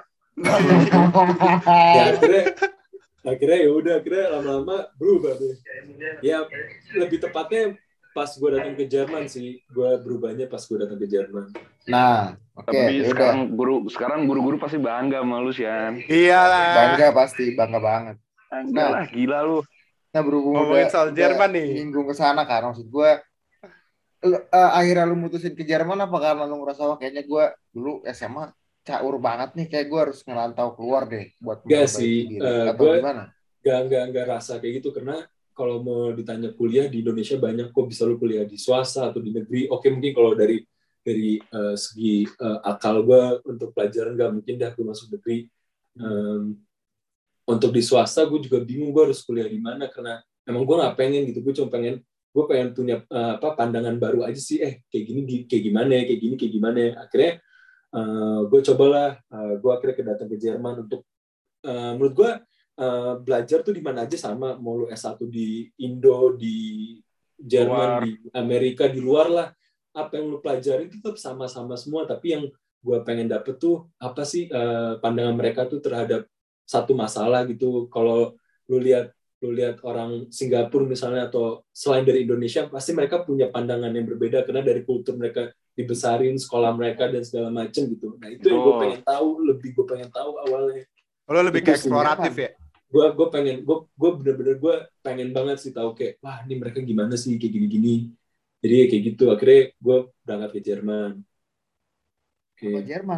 Ya akhirnya akhirnya ya udah akhirnya lama-lama berubah tuh. Ya lebih tepatnya pas gue datang ke Jerman sih, gue berubahnya pas gue datang ke Jerman. Nah, oke. Okay, Tapi sekarang guru sekarang guru-guru pasti bangga sama lu sih, An. Iyalah. Bangga pasti, bangga banget. Bangga nah, lah, gila lu. Nah, berhubung ngomongin udah, soal Jerman nih. Minggu ke sana kan, maksud gue uh, akhirnya lu mutusin ke Jerman apa karena lu ngerasa wah kayaknya gue dulu S M A caur banget nih, kayak gue harus ngerantau keluar deh buat gak sih, diri. Uh, atau gue gimana? Gak, gak, gak rasa kayak gitu, karena kalau mau ditanya kuliah di Indonesia banyak kok, bisa lu kuliah di swasta atau di negeri. Oke, mungkin kalau dari dari uh, segi uh, akal gue untuk pelajaran gak mungkin dah gue masuk negeri. Um, untuk di swasta gue juga bingung gue harus kuliah di mana, karena emang gue nggak pengen gitu. Gue cuma pengen gue pengen punya uh, apa pandangan baru aja sih. Eh kayak gini kayak gimana ya, kayak gini kayak gimana ya. Akhirnya uh, gue cobalah. Uh, gue akhirnya kedatang ke Jerman untuk uh, menurut gue. Uh, belajar tuh di mana aja sama, mau lu S satu di Indo, di Jerman, luar. Di Amerika, di luar lah, apa yang lu pelajari itu tetap sama-sama semua, tapi yang gue pengen dapet tuh apa sih uh, pandangan mereka tuh terhadap satu masalah gitu. Kalau lu lihat lu lihat orang Singapura misalnya atau selain dari Indonesia, pasti mereka punya pandangan yang berbeda karena dari kultur mereka dibesarin, sekolah mereka dan segala macam gitu. Nah itu oh. yang gue pengen tahu, lebih gue pengen tahu awalnya. Lo lebih ke eksploratif ya? gue gue pengen gue gue bener-bener gue pengen banget sih tahu kayak wah ini mereka gimana sih kayak gini-gini, jadi kayak gitu akhirnya gue berangkat ke Jerman. Oke. Okay. Jerman.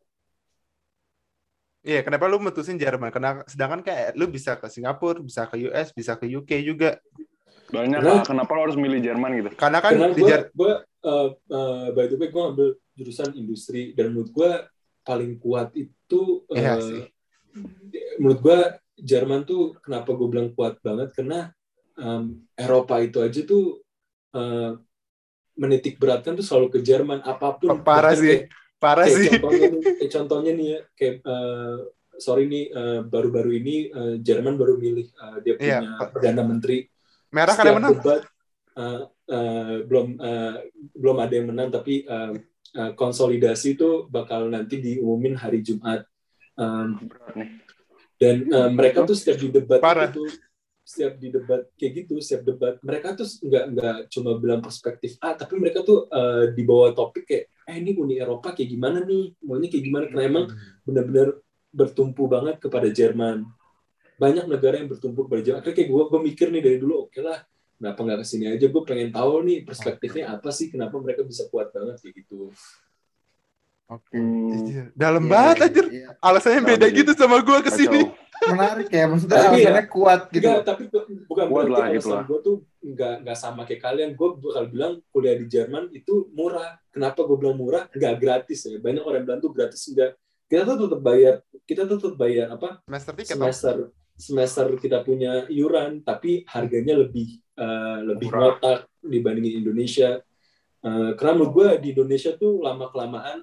Iya, kenapa lu mutusin Jerman? Karena sedangkan kayak lu bisa ke Singapura, bisa ke U S, bisa ke U K juga. Banyak lah. Kenapa lu harus milih Jerman gitu? Karena kan karena di gue Jer- gue uh, uh, by the way gue ngambil jurusan industri dan menurut gue paling kuat itu uh, iya sih. Menurut gue Jerman tuh kenapa gue bilang kuat banget, karena um, Eropa itu aja tuh uh, menitik beratkan tuh selalu ke Jerman apapun. Parah sih, kayak, parah kayak sih. Contohnya, kayak contohnya nih ya, kayak uh, sorry nih uh, baru-baru ini uh, Jerman baru milih uh, dia punya iya. Perdana Menteri. Merah kan yang menang. Debat, uh, uh, belum uh, belum ada yang menang, tapi uh, uh, konsolidasi itu bakal nanti diumumin hari Jumat. Um, Dan uh, mereka tuh setiap di debat itu, setiap di debat kayak gitu, setiap debat mereka tuh nggak nggak cuma bilang perspektif A, tapi mereka tuh uh, di bawah topik kayak, eh ini Uni Eropa kayak gimana nih, maunya kayak gimana, karena emang benar-benar bertumpu banget kepada Jerman. Banyak negara yang bertumpu kepada Jerman. Akhirnya kayak gue, gue mikir nih dari dulu, oke lah, kenapa nggak kesini aja? Gue pengen tahu nih perspektifnya apa sih, kenapa mereka bisa kuat banget kayak gitu. Oke, okay. Dalam yeah, banget aja. Yeah. Alasannya beda yeah. gitu sama gue kesini. menarik ya, maksudnya Tapi alasannya kuat gitu. Enggak, tapi bu- bukan Kuat berarti lah, alasan gitu lah. gue tuh nggak nggak sama kayak kalian. Gue bakal bilang kuliah di Jerman itu murah. Kenapa gue bilang murah? Nggak gratis ya. Banyak orang bilang tuh gratis, enggak. Kita tuh tetap bayar. Kita tuh tetap bayar apa? Semester tiket. Semester semester kita punya iuran, tapi harganya lebih eh, lebih Murah. ngotak dibandingin Indonesia. Eh, karena menurut gue di Indonesia tuh lama kelamaan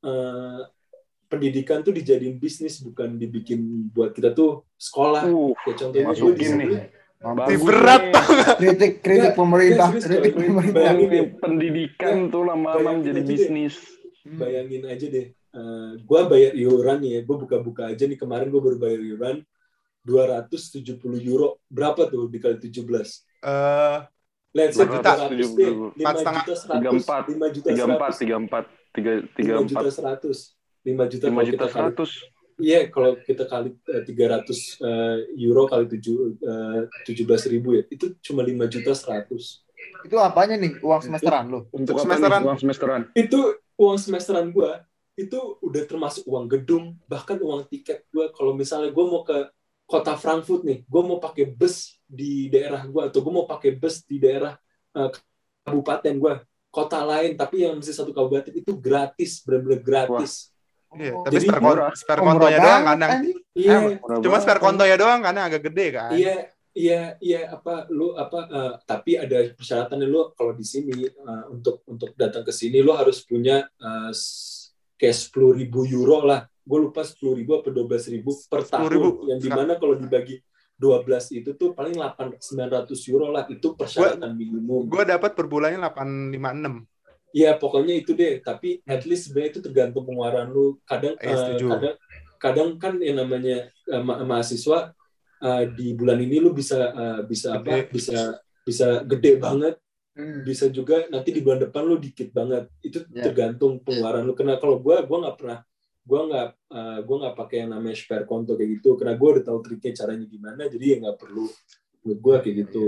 eh, pendidikan tuh dijadiin bisnis, bukan dibikin buat kita tuh sekolah. Uh, Kayak contohnya gue di masukin sini. nih. Di Bagus berat nih. Kritik kritik Enggak, pemerintah, enggak, serius, kritik coy. pemerintah. Bayangin deh. Pendidikan tuh lama-lama Bayangin menjadi aja deh. bisnis. Bayangin aja deh, uh, gue bayar iuran nih ya, gue buka-buka aja nih, kemarin gue baru bayar iuran dua ratus tujuh puluh euro, berapa tuh dikali tujuh belas? Eh, Let's say Empat dua juta. ratus deh, lima Empat setengah. juta Tiga seratus, empat, lima juta tiga empat, seratus, tiga empat, tiga tiga lima empat, juta seratus, lima juta lima kalau juta kita kali, seratus. iya kalau kita kali uh, tiga ratus uh, euro kali tujuh uh, tujuh belas ribu ya, itu cuma lima juta seratus. Itu apanya nih? Uang semesteran lo? Untuk apa semesteran. nih? Uang semesteran. Itu uang semesteran gue itu udah termasuk uang gedung, bahkan uang tiket gue. Kalau misalnya gue mau ke kota Frankfurt nih, gue mau pakai bus di daerah gue, atau gue mau pakai bus di daerah uh, kabupaten gue, kota lain tapi yang masih satu kabupaten, itu gratis, benar-benar gratis. Iya, Oh. tapi Jadi spare, murah. kon- spare Oh, murah kontonya doang banget, kadang. anjing. Iya, Murah Cuma banget. spare kontonya doang karena agak gede kan. iya, iya, iya apa lu apa? uh, tapi ada persyaratannya, lu kalau di sini uh, untuk untuk datang ke sini lu harus punya uh, s- kayak sepuluh ribu euro lah. Gue lupa sepuluh ribu atau dua belas ribu per tahun. sepuluh ribu. Yang dimana kalau dibagi dua belas itu tuh paling delapan sembilan ratus euro lah, itu persyaratan minimum. Gue dapat per bulannya delapan lima enam. Iya, pokoknya itu deh. Tapi at least sebenarnya itu tergantung pengeluaran lu. Kadang, Eh, eh, setuju. kadang, kadang kan yang namanya eh, ma- mahasiswa eh, di bulan ini lu bisa eh, bisa apa? Gede. Bisa bisa gede banget. Hmm. Bisa juga nanti di bulan depan lu dikit banget. Itu Ya. tergantung pengeluaran lu. Karena kalau gue, gue nggak pernah, gue nggak, eh, gue nggak pakai yang namanya spare konto kayak gitu. Karena gue udah tahu triknya caranya gimana. Jadi ya nggak perlu. Menurut gue kayak gitu.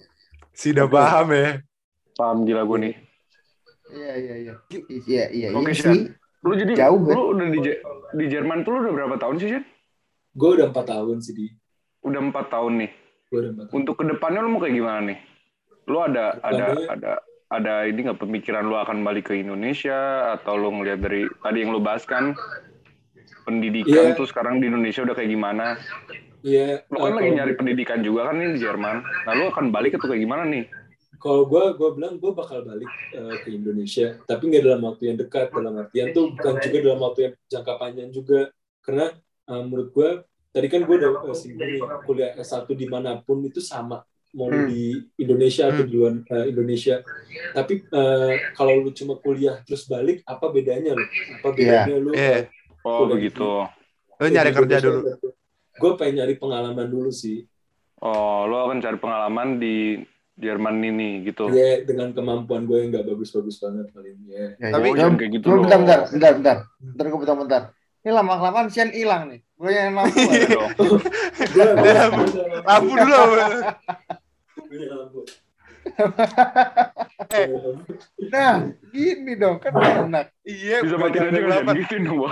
Si udah paham ya. Paham gila gue nih. Iya iya iya. Iya iya Oke, iya Shan. sih. Lu jadi Jauh, kan? lu udah di Je- di Jerman tuh lu udah berapa tahun sih, Shan? Gue udah empat tahun sih di. Udah empat tahun nih. Gue udah empat tahun. Untuk kedepannya lu mau kayak gimana nih? Lu ada ada Kedepannya- ada ada ini nggak pemikiran lu akan balik ke Indonesia, atau lu ngelihat dari tadi yang lu bahas kan pendidikan Iya. tuh sekarang di Indonesia udah kayak gimana? Iya. Lu kan eh, lagi kalau nyari gua- pendidikan juga kan ini di Jerman. Nah, lu akan balik atau kayak gimana nih? Kalau gue, gue bilang gue bakal balik uh, ke Indonesia, tapi nggak dalam waktu yang dekat. Dalam artian tuh bukan juga dalam waktu yang jangka panjang juga. Karena uh, menurut gue, tadi kan gue udah uh, singgung nih, kuliah S satu dimanapun itu sama. Mau lu Hmm. di Indonesia atau di luar uh, Indonesia. Tapi uh, kalau lu cuma kuliah terus balik, apa bedanya lu? Apa bedanya lu? Iya. Oh, Kuliah begitu. Lu nyari kerja dulu. Gue pengen nyari pengalaman dulu sih. Oh, lo akan cari pengalaman di Jerman ini gitu. Ya, dengan kemampuan gue yang nggak bagus-bagus banget paling ya. Ya, Tapi Oh, ya. jangan kayak gitu Coba loh. bentar, bentar, bentar, bentar. Bentar, gue bentar, bentar. Ini lama-kelamaan Sian hilang nih. Gue yang lampu. Iya ya. dong. Gue Lampu dulu. Eh. Nah, gini dong. Kan enak. Iya. Bisa bukan matiin aja jam kan delapan. gitu dong, Bang.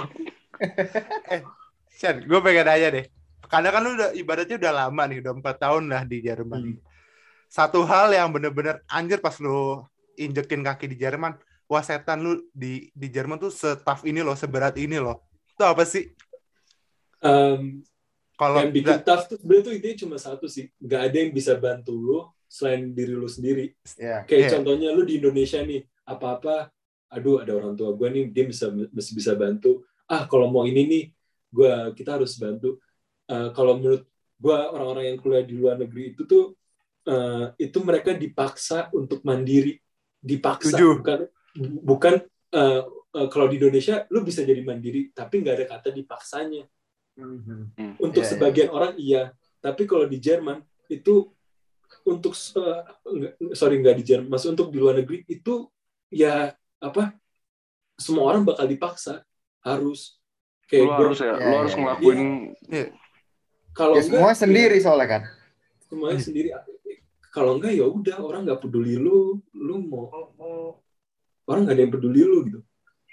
Shan, gue pengen nanya deh. Karena kan lu udah ibaratnya udah lama nih, udah empat tahun lah di Jerman. Hmm. Satu hal yang bener-bener anjir pas lu injekin kaki di Jerman, wah setan lu di di Jerman tuh setaf ini loh, seberat ini loh. Itu apa sih? Um, Kalau yang bikin nggak- tough tuh sebenarnya tuh intinya cuma satu sih, nggak ada yang bisa bantu lu selain diri lu sendiri. Ya. Kayak Iya. contohnya lu di Indonesia nih, apa-apa, aduh ada orang tua gue nih, dia bisa masih bisa bantu. Ah kalau mau ini nih, gua kita harus bantu. Uh, kalau menurut gue orang-orang yang kuliah di luar negeri itu tuh uh, itu mereka dipaksa untuk mandiri, dipaksa, Setuju. bukan bukan uh, uh, kalau di Indonesia lu bisa jadi mandiri, tapi nggak ada kata dipaksanya. Mhm. Untuk Iya, sebagian orang iya, tapi kalau di Jerman itu untuk uh, enggak, sorry nggak di Jerman, maksud untuk di luar negeri itu ya apa? Semua orang bakal dipaksa harus kayak Lo gua- harus ya, Iya, lo harus iya, ngelakuin kalau Ya, enggak, semua ya, sendiri soalnya kan. semuanya sendiri. Kalau enggak ya udah, orang nggak peduli lu, lu mau orang nggak ada yang peduli lu gitu.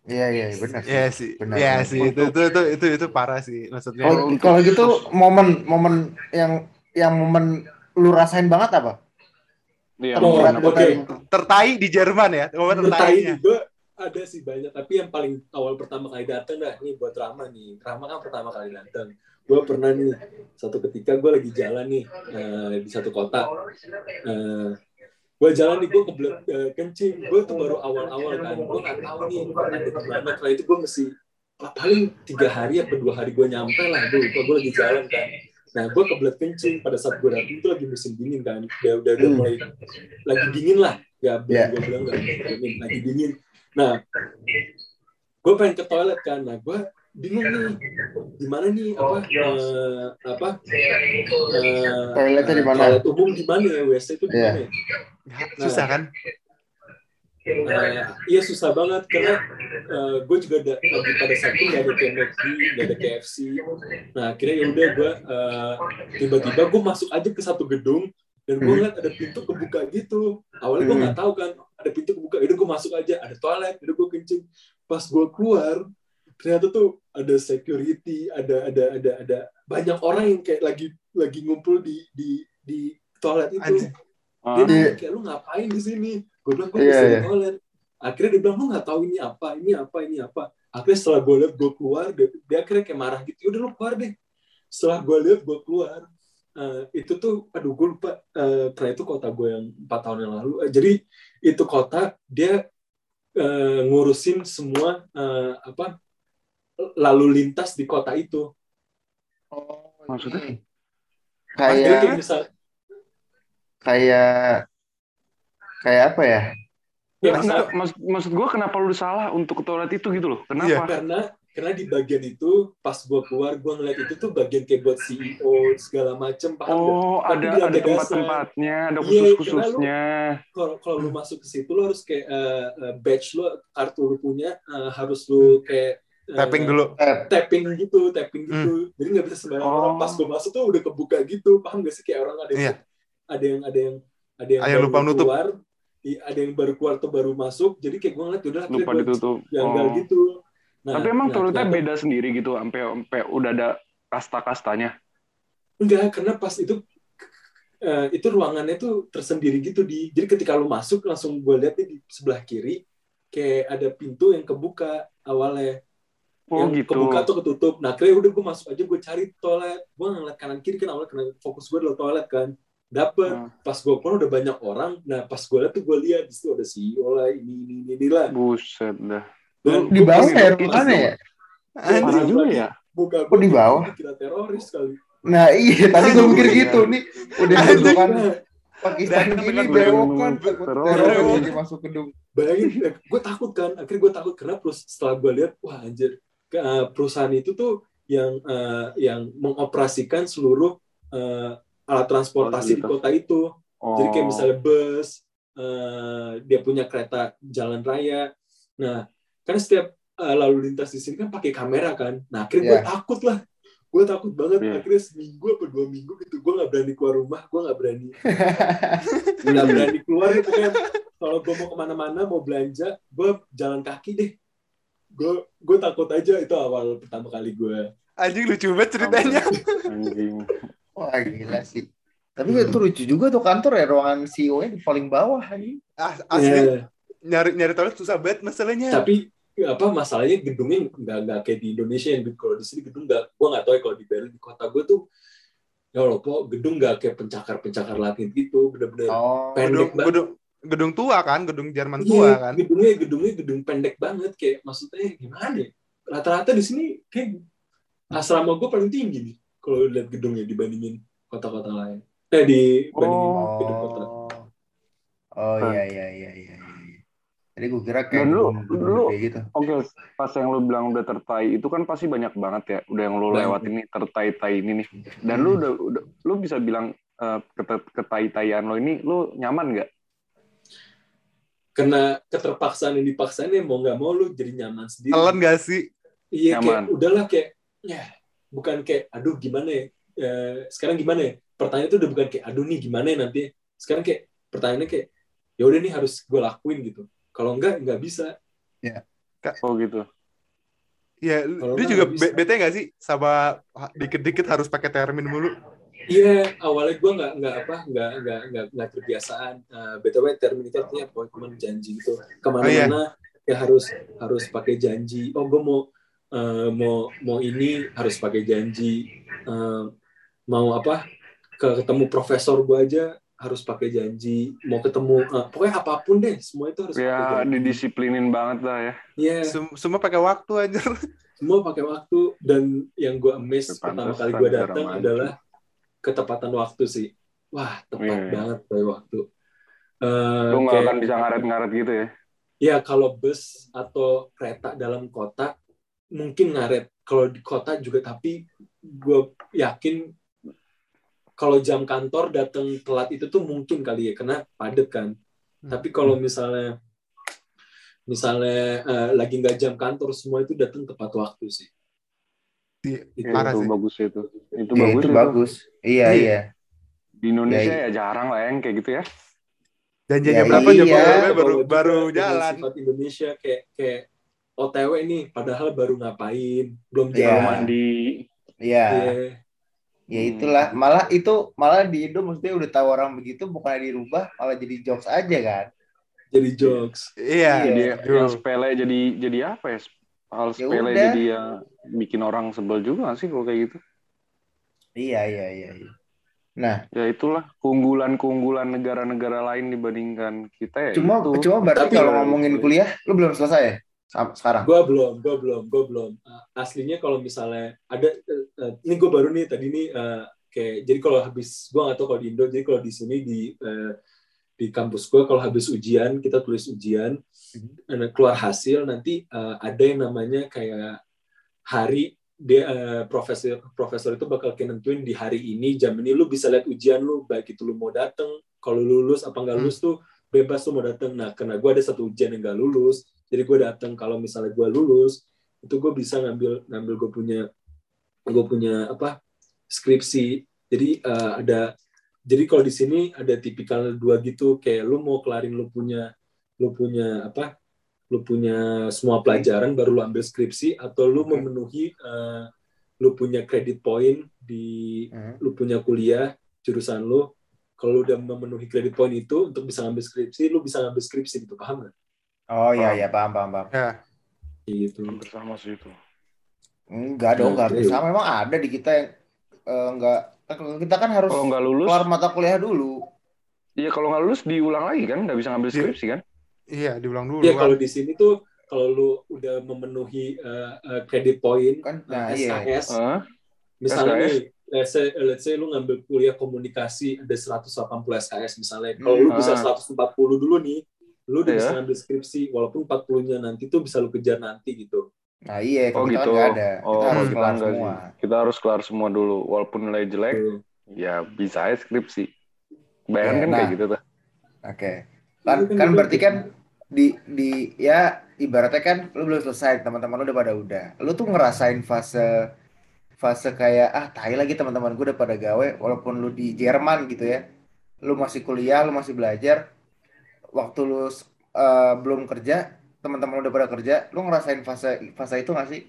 Iya iya benar sih. Iya sih. Benar, Iya benar. sih. Itu, itu itu itu itu parah sih maksudnya. Kalau kalau gitu momen momen yang yang momen lu rasain banget apa? Iya, Oh, Terberat momen lu oke. kayak Tertai di Jerman ya. Momen Tertai tertainya. gue ada sih banyak, tapi yang paling awal pertama kali datang dah nih buat Rama nih. Rama kan pertama kali datang. Gue pernah nih satu ketika gue lagi jalan nih uh, di satu kota. Uh, gue jalan nih gue kebelet uh, kencing. Gue tuh baru awal-awal kan. Gue nggak tahu nih ada di mana. Karena itu gue mesti paling tiga hari atau dua hari gue nyampe lah. Gue lupa gue lagi jalan kan. Nah, gue kebelet kencing pada saat gue datang itu lagi musim dingin kan. Udah udah, udah mulai lagi dingin lah. Ya, Yeah. gue bilang nggak dingin, lagi dingin. Nah, gue pengen ke toilet kan. Nah, gue bingung nih, gimana nih apa uh, apa uh, toiletnya di mana? toilet umum di mana ya, W C itu di mana? Yeah. Ya? Susah kan? Uh, iya susah banget karena uh, gue juga ada lagi pada saat itu nggak ada K M D, nggak ada K F C. Nah akhirnya ya udah gue uh, tiba-tiba gue masuk aja ke satu gedung dan gue ngeliat ada pintu kebuka gitu. Awalnya gue nggak tahu kan ada pintu kebuka. Udah gue masuk aja, ada toilet, udah gue kencing. Pas gue keluar ternyata tuh ada security, ada ada ada ada banyak orang yang kayak lagi lagi ngumpul di di di toilet itu. Dia nanya kayak lu ngapain di sini? Gue bilang gue bisa di toilet. Akhirnya dia bilang lu nggak tahu ini apa, ini apa, ini apa. Akhirnya setelah gue lihat gue keluar, dia, dia akhirnya kayak marah gitu. Udah lu keluar deh. Setelah gue lihat gue keluar, uh, itu tuh, aduh gue lupa. Uh, karena itu kota gue yang empat tahun yang lalu. Uh, jadi itu kota dia uh, ngurusin semua uh, apa lalu lintas di kota itu. Oh, maksudnya? Kayak kayak misal kayak kayak apa ya? Ya, Enggak, maksud, maksud gue kenapa lu salah untuk ke toilet itu gitu loh? Kenapa? Iya. Karena karena di bagian itu pas gue keluar gue ngeliat itu tuh bagian kayak buat C E O segala macem, paham nggak? Oh, Tapi ada di ada lantai dasar. tempat-tempatnya, ada Iya, khusus-khususnya. Kalau kalau lu masuk ke situ lu harus kayak uh, uh, badge lu, kartu lu punya uh, harus lu kayak uh, Tapping dulu. tapping gitu, tapping gitu. Jadi nggak bisa sembarangan Oh. orang. Pas gue masuk tuh udah kebuka gitu, paham gak sih? Kayak orang ada yang Iya. ada yang ada yang ada yang Ada yang baru lupa nutup. keluar, i- ada yang baru keluar atau baru masuk. Jadi kayak gue ngeliat udah Lupa ditutup. janggal Oh. gitu. Nah, Tapi emang nah, toiletnya ternyata- beda sendiri gitu, sampai sampai udah ada kasta-kastanya. Enggak, karena pas itu uh, itu ruangannya tuh tersendiri gitu di. Jadi ketika lu masuk langsung gue lihat nih di sebelah kiri kayak ada pintu yang kebuka awalnya. Oh Yang gitu. kebuka tuh ketutup. Nah, akhirnya udah gue masuk aja, gue cari toilet. Gue ngeliat kanan kiri kan awalnya karena fokus gue adalah toilet kan. Dapet. Hmm. Pas gue keluar udah banyak orang. Nah, pas gue lihat tuh gue lihat di situ ada C E O lah, ini ini ini, ini lah. Buset dah. Dan Di gua bawah pas- ya pas mana ya? gua Parah juga ya. Buka Oh, di bawah? Kira teroris kali. Nah iya tadi gue mikir gitu nih udah bentukan Pakistan Udah, gini udah, bewokan udah, takut terus. teror jadi masuk gedung. Bayangin, gue takut kan. Akhirnya gue takut karena terus setelah gue lihat, wah anjir, ke, uh, perusahaan itu tuh yang uh, yang mengoperasikan seluruh uh, alat transportasi di kota itu. Oh. Jadi kayak misalnya bus, uh, dia punya kereta jalan raya. Nah, kan setiap uh, lalu lintas di sini kan pakai kamera kan. Nah, akhirnya gue Yeah. takut lah. Gue takut banget. Yeah. Akhirnya seminggu atau dua minggu gitu, gue nggak berani keluar rumah. Gue nggak berani, nggak berani keluar gitu kan. Kalau gue mau kemana-mana, mau belanja, gue jalan kaki deh. Gue gue takut aja, itu awal pertama kali gue. Anjing lucu banget ceritanya. Anjing. Wah gila sih. Tapi itu lucu juga tuh kantor ya ruangan C E O-nya di paling bawah ini. Ah, asli Ya, nyari nyari toilet susah banget masalahnya. tapi apa masalahnya gedungnya nggak nggak kayak di Indonesia yang kalau di sini gedung nggak, gue nggak tahu ya kalau di Berlin di kota gue tuh ya Allah po gedung nggak kayak pencakar pencakar langit gitu, bener-bener Oh. pendek gedung, banget. gedung gedung tua kan, gedung Jerman Iya, tua kan. gedungnya gedungnya gedung pendek banget, kayak maksudnya gimana ya? Rata-rata di sini kayak asrama gue paling tinggi nih kalau lihat gedungnya dibandingin kota-kota lain. Eh dibandingin Oh. gedung kota. Oh iya iya iya iya. Jadi gue kira kayak Dan lu- gedung-gedung lu- kayak gitu. Oke, pas yang lu bilang udah tertai itu kan pasti banyak banget ya, udah yang lu Banyak. lewat ini tertai-tai ini nih. Dan lu udah, udah lu bisa bilang uh, kete- ketai-taian lo ini lu nyaman nggak? Karena keterpaksaan yang dipaksain ya mau nggak mau lu jadi nyaman sendiri. Telan gak sih? Iya, Nyaman. kayak udahlah kayak ya bukan kayak aduh gimana ya, eh, sekarang gimana ya, pertanyaan itu udah bukan kayak aduh nih gimana ya nanti, sekarang kayak pertanyaannya kayak ya udah nih harus gue lakuin gitu, kalau enggak nggak bisa. Ya. Oh gitu. Ya, Kalau dia nggak juga nggak bisa. be- bete nggak sih sama ha- dikit-dikit harus pakai termin mulu? Iya, awalnya gue nggak nggak apa nggak nggak nggak nggak kebiasaan. Uh, B T W termin itu artinya apa? Cuman janji gitu. Kemana-mana ya harus harus pakai janji. Oh, gue mau uh, mau mau ini harus pakai janji. Uh, mau apa? Ke ketemu profesor gue aja harus pakai janji. Mau ketemu uh, pokoknya apapun deh, semua itu harus pakai Ya janji. didisiplinin banget lah ya. Iya, Sem- semua pakai waktu aja. semua pakai waktu. Dan yang gue amazed pertama kali gue Pantesan datang cara maju. adalah ketepatan waktu sih. Wah, tepat Iya, iya. banget dari waktu. Uh, Lu nggak kayak, akan bisa ngaret-ngaret gitu ya? ya kalau bus atau kereta dalam kota mungkin ngaret. Kalau di kota juga, tapi gue yakin kalau jam kantor datang telat itu tuh mungkin kali ya, karena padat kan. Hmm. Tapi kalau misalnya misalnya uh, lagi nggak jam kantor, semua itu datang tepat waktu sih. Iya, Itu Ya, parah itu sih. bagus itu. Itu Ya, bagus itu itu. bagus. Iya, Iya. iya. Di Indonesia Ya, ya jarang lah yang kayak gitu ya. Janjinya Ya, berapa iya. juga baru baru, Juga baru dengan jalan. sifat Indonesia kayak kayak O T W nih, padahal baru ngapain, belum Iya. jalan. Mandi. Iya. Iya. Ya itulah. Malah itu malah di Indo maksudnya udah tahu orang begitu bukannya dirubah, malah jadi jokes aja kan. Jadi jokes. Iya. Jadi betul. yang sepele jadi jadi apa ya? Hal Ya sepele udah. jadi ya bikin orang sebel juga nggak sih kalau kayak gitu. Iya, iya, iya. iya. Nah, Ya itulah keunggulan-keunggulan negara-negara lain dibandingkan kita ya cuma itu. cuma berarti Tapi- kalau ngomongin kuliah, lu belum selesai ya? Sam- sekarang. Gue belum, gue belum, gue belum. Uh, aslinya kalau misalnya ada, uh, uh, ini gue baru nih tadi nih uh, kayak jadi kalau habis, gue nggak tahu kalau di Indo, jadi kalau di sini di uh, di kampus gue kalau habis ujian kita tulis ujian, uh, keluar hasil nanti uh, ada yang namanya kayak hari dia uh, profesor profesor itu bakal nentuin di hari ini jam ini lu bisa lihat ujian lu, baik itu lu mau dateng, kalau lulus apa nggak lulus tuh bebas lu mau dateng. Nah karena gue ada satu ujian yang nggak lulus, jadi gue dateng. Kalau misalnya gue lulus itu gue bisa ngambil ngambil gue punya gue punya apa skripsi. Jadi uh, ada jadi kalau di sini ada tipikal dua gitu, kayak lu mau kelarin lu punya lu punya apa lu punya semua pelajaran baru lu ambil skripsi, atau lu memenuhi uh, lu punya credit point di Hmm. lu punya kuliah jurusan lu. Kalau lu udah memenuhi credit point itu untuk bisa ngambil skripsi, lu bisa ngambil skripsi gitu, paham nggak? Oh iya, iya, paham, paham, paham. Ya. Gitu. Hampir sama sih itu. Enggak dong, enggak Nah, hampir iya. sama. Memang ada di kita yang eh, enggak, kita kan harus Kalau nggak lulus, kelar mata kuliah dulu. iya kalau nggak lulus diulang lagi kan, nggak bisa ngambil Iya. skripsi kan? Iya, diulang dulu. Ya kan. kalau di sini tuh kalau lu udah memenuhi uh, uh, credit point Kan, uh, nah, S iya. K S, Hah? misalnya S K S? nih, let's say, let's say lu ngambil kuliah komunikasi ada seratus delapan puluh S K S misalnya. Kalau lu Hmm. bisa Ah. seratus empat puluh dulu nih, lu udah Iya. bisa ngambil skripsi, walaupun empat puluh-nya nanti tuh bisa lu kejar nanti gitu. Nah iya, Oh kalau kita gitu. kan nggak ada. Oh Kita harus kita kelar enggak semua. sih. Kita harus kelar semua dulu. Walaupun nilai jelek, Tuh. ya bisa aja skripsi. Kebanyakan Ya, kan nah. kayak gitu tuh. Oke. Kan, Itu kan kan udah berarti gitu. kan di di ya ibaratnya kan lu belum selesai, teman-teman lu udah pada udah. Lu tuh ngerasain fase fase kayak ah tai lagi teman-teman gue udah pada gawe, walaupun lu di Jerman gitu ya. Lu masih kuliah, lu masih belajar. Waktu lu eh, belum kerja, teman-teman lu udah pada kerja, lu ngerasain fase fase itu nggak sih?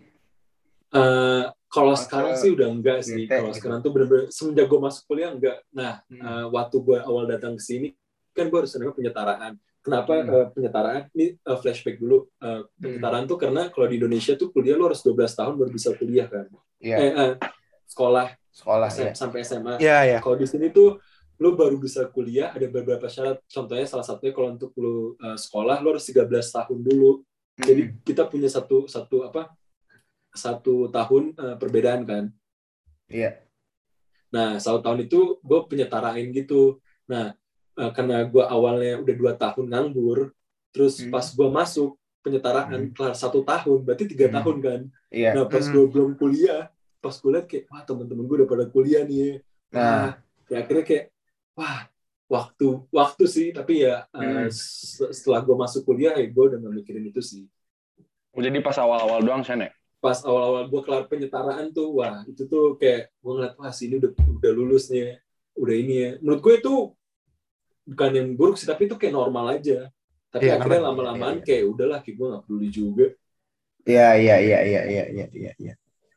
Uh, kalau Masa sekarang sih udah enggak sih. bete Kalau gitu. sekarang tuh bener-bener semenjak gue masuk kuliah enggak. Nah, Hmm. uh, waktu gue awal datang ke sini kan gue harus namanya penyetaraan. Kenapa Hmm. uh, penyetaraan? Ini uh, flashback dulu. Uh, penyetaraan tuh karena kalau di Indonesia tuh kuliah lu harus dua belas tahun baru bisa kuliah kan. Iya, Eh, uh, sekolah sekolah S M, ya. sampai S M A. Iya, iya. Kalau di sini tuh lu baru bisa kuliah ada beberapa syarat. Contohnya salah satunya kalau untuk lu uh, sekolah lu harus tiga belas tahun dulu. Jadi Hmm. kita punya satu satu apa? Satu tahun uh, perbedaan kan. Iya. Nah, satu tahun itu gue penyetarain gitu. Nah, uh, karena gue awalnya udah dua tahun nganggur, terus Hmm. pas gue masuk penyetaraan Hmm. kelar satu tahun, berarti tiga Hmm. tahun kan. Iya. Nah, pas Hmm. gue belum kuliah, pas gue liat kayak, wah teman-teman gue udah pada kuliah nih. Nah. Wah, ya akhirnya kayak, wah waktu waktu sih, tapi ya uh, Hmm. s- setelah gue masuk kuliah ya gue udah gak mikirin itu sih. Jadi pas awal-awal doang Sen ya? Pas awal-awal gue kelar penyetaraan tuh, wah itu tuh kayak gue ngeliat, wah sini udah udah lulus nih, udah ini ya. Menurut gue itu bukan yang buruk sih, tapi itu kayak normal aja. Tapi Iya, akhirnya namanya- lama-lamaan iya, iya. kayak udahlah, kayak gue nggak peduli juga. Iya, iya, iya, iya, iya, iya, iya, iya.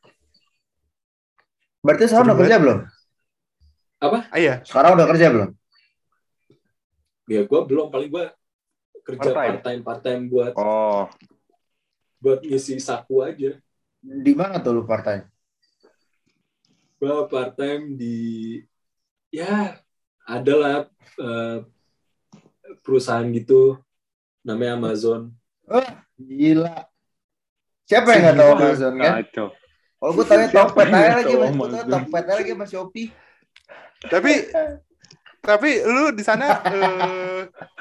Berarti sekarang Seru udah kerja banget. belum? Apa? Ah, iya. Sekarang udah kerja belum? Ya gue belum, paling gue kerja Part-time? part time part time buat Oh, buat ngisi saku aja. Di mana tuh lu part time? Gue part time di ya adalah uh, perusahaan gitu namanya Amazon. Oh, gila. Siapa yang nggak tahu wah, Amazon kan? kacau. Kalau gue tahu Siapa Tokped yang aja nggak lagi, tahu mas. Gue tahu Amazon? Tokped aja lagi sama Shopee. Tapi tapi lu di sana eh,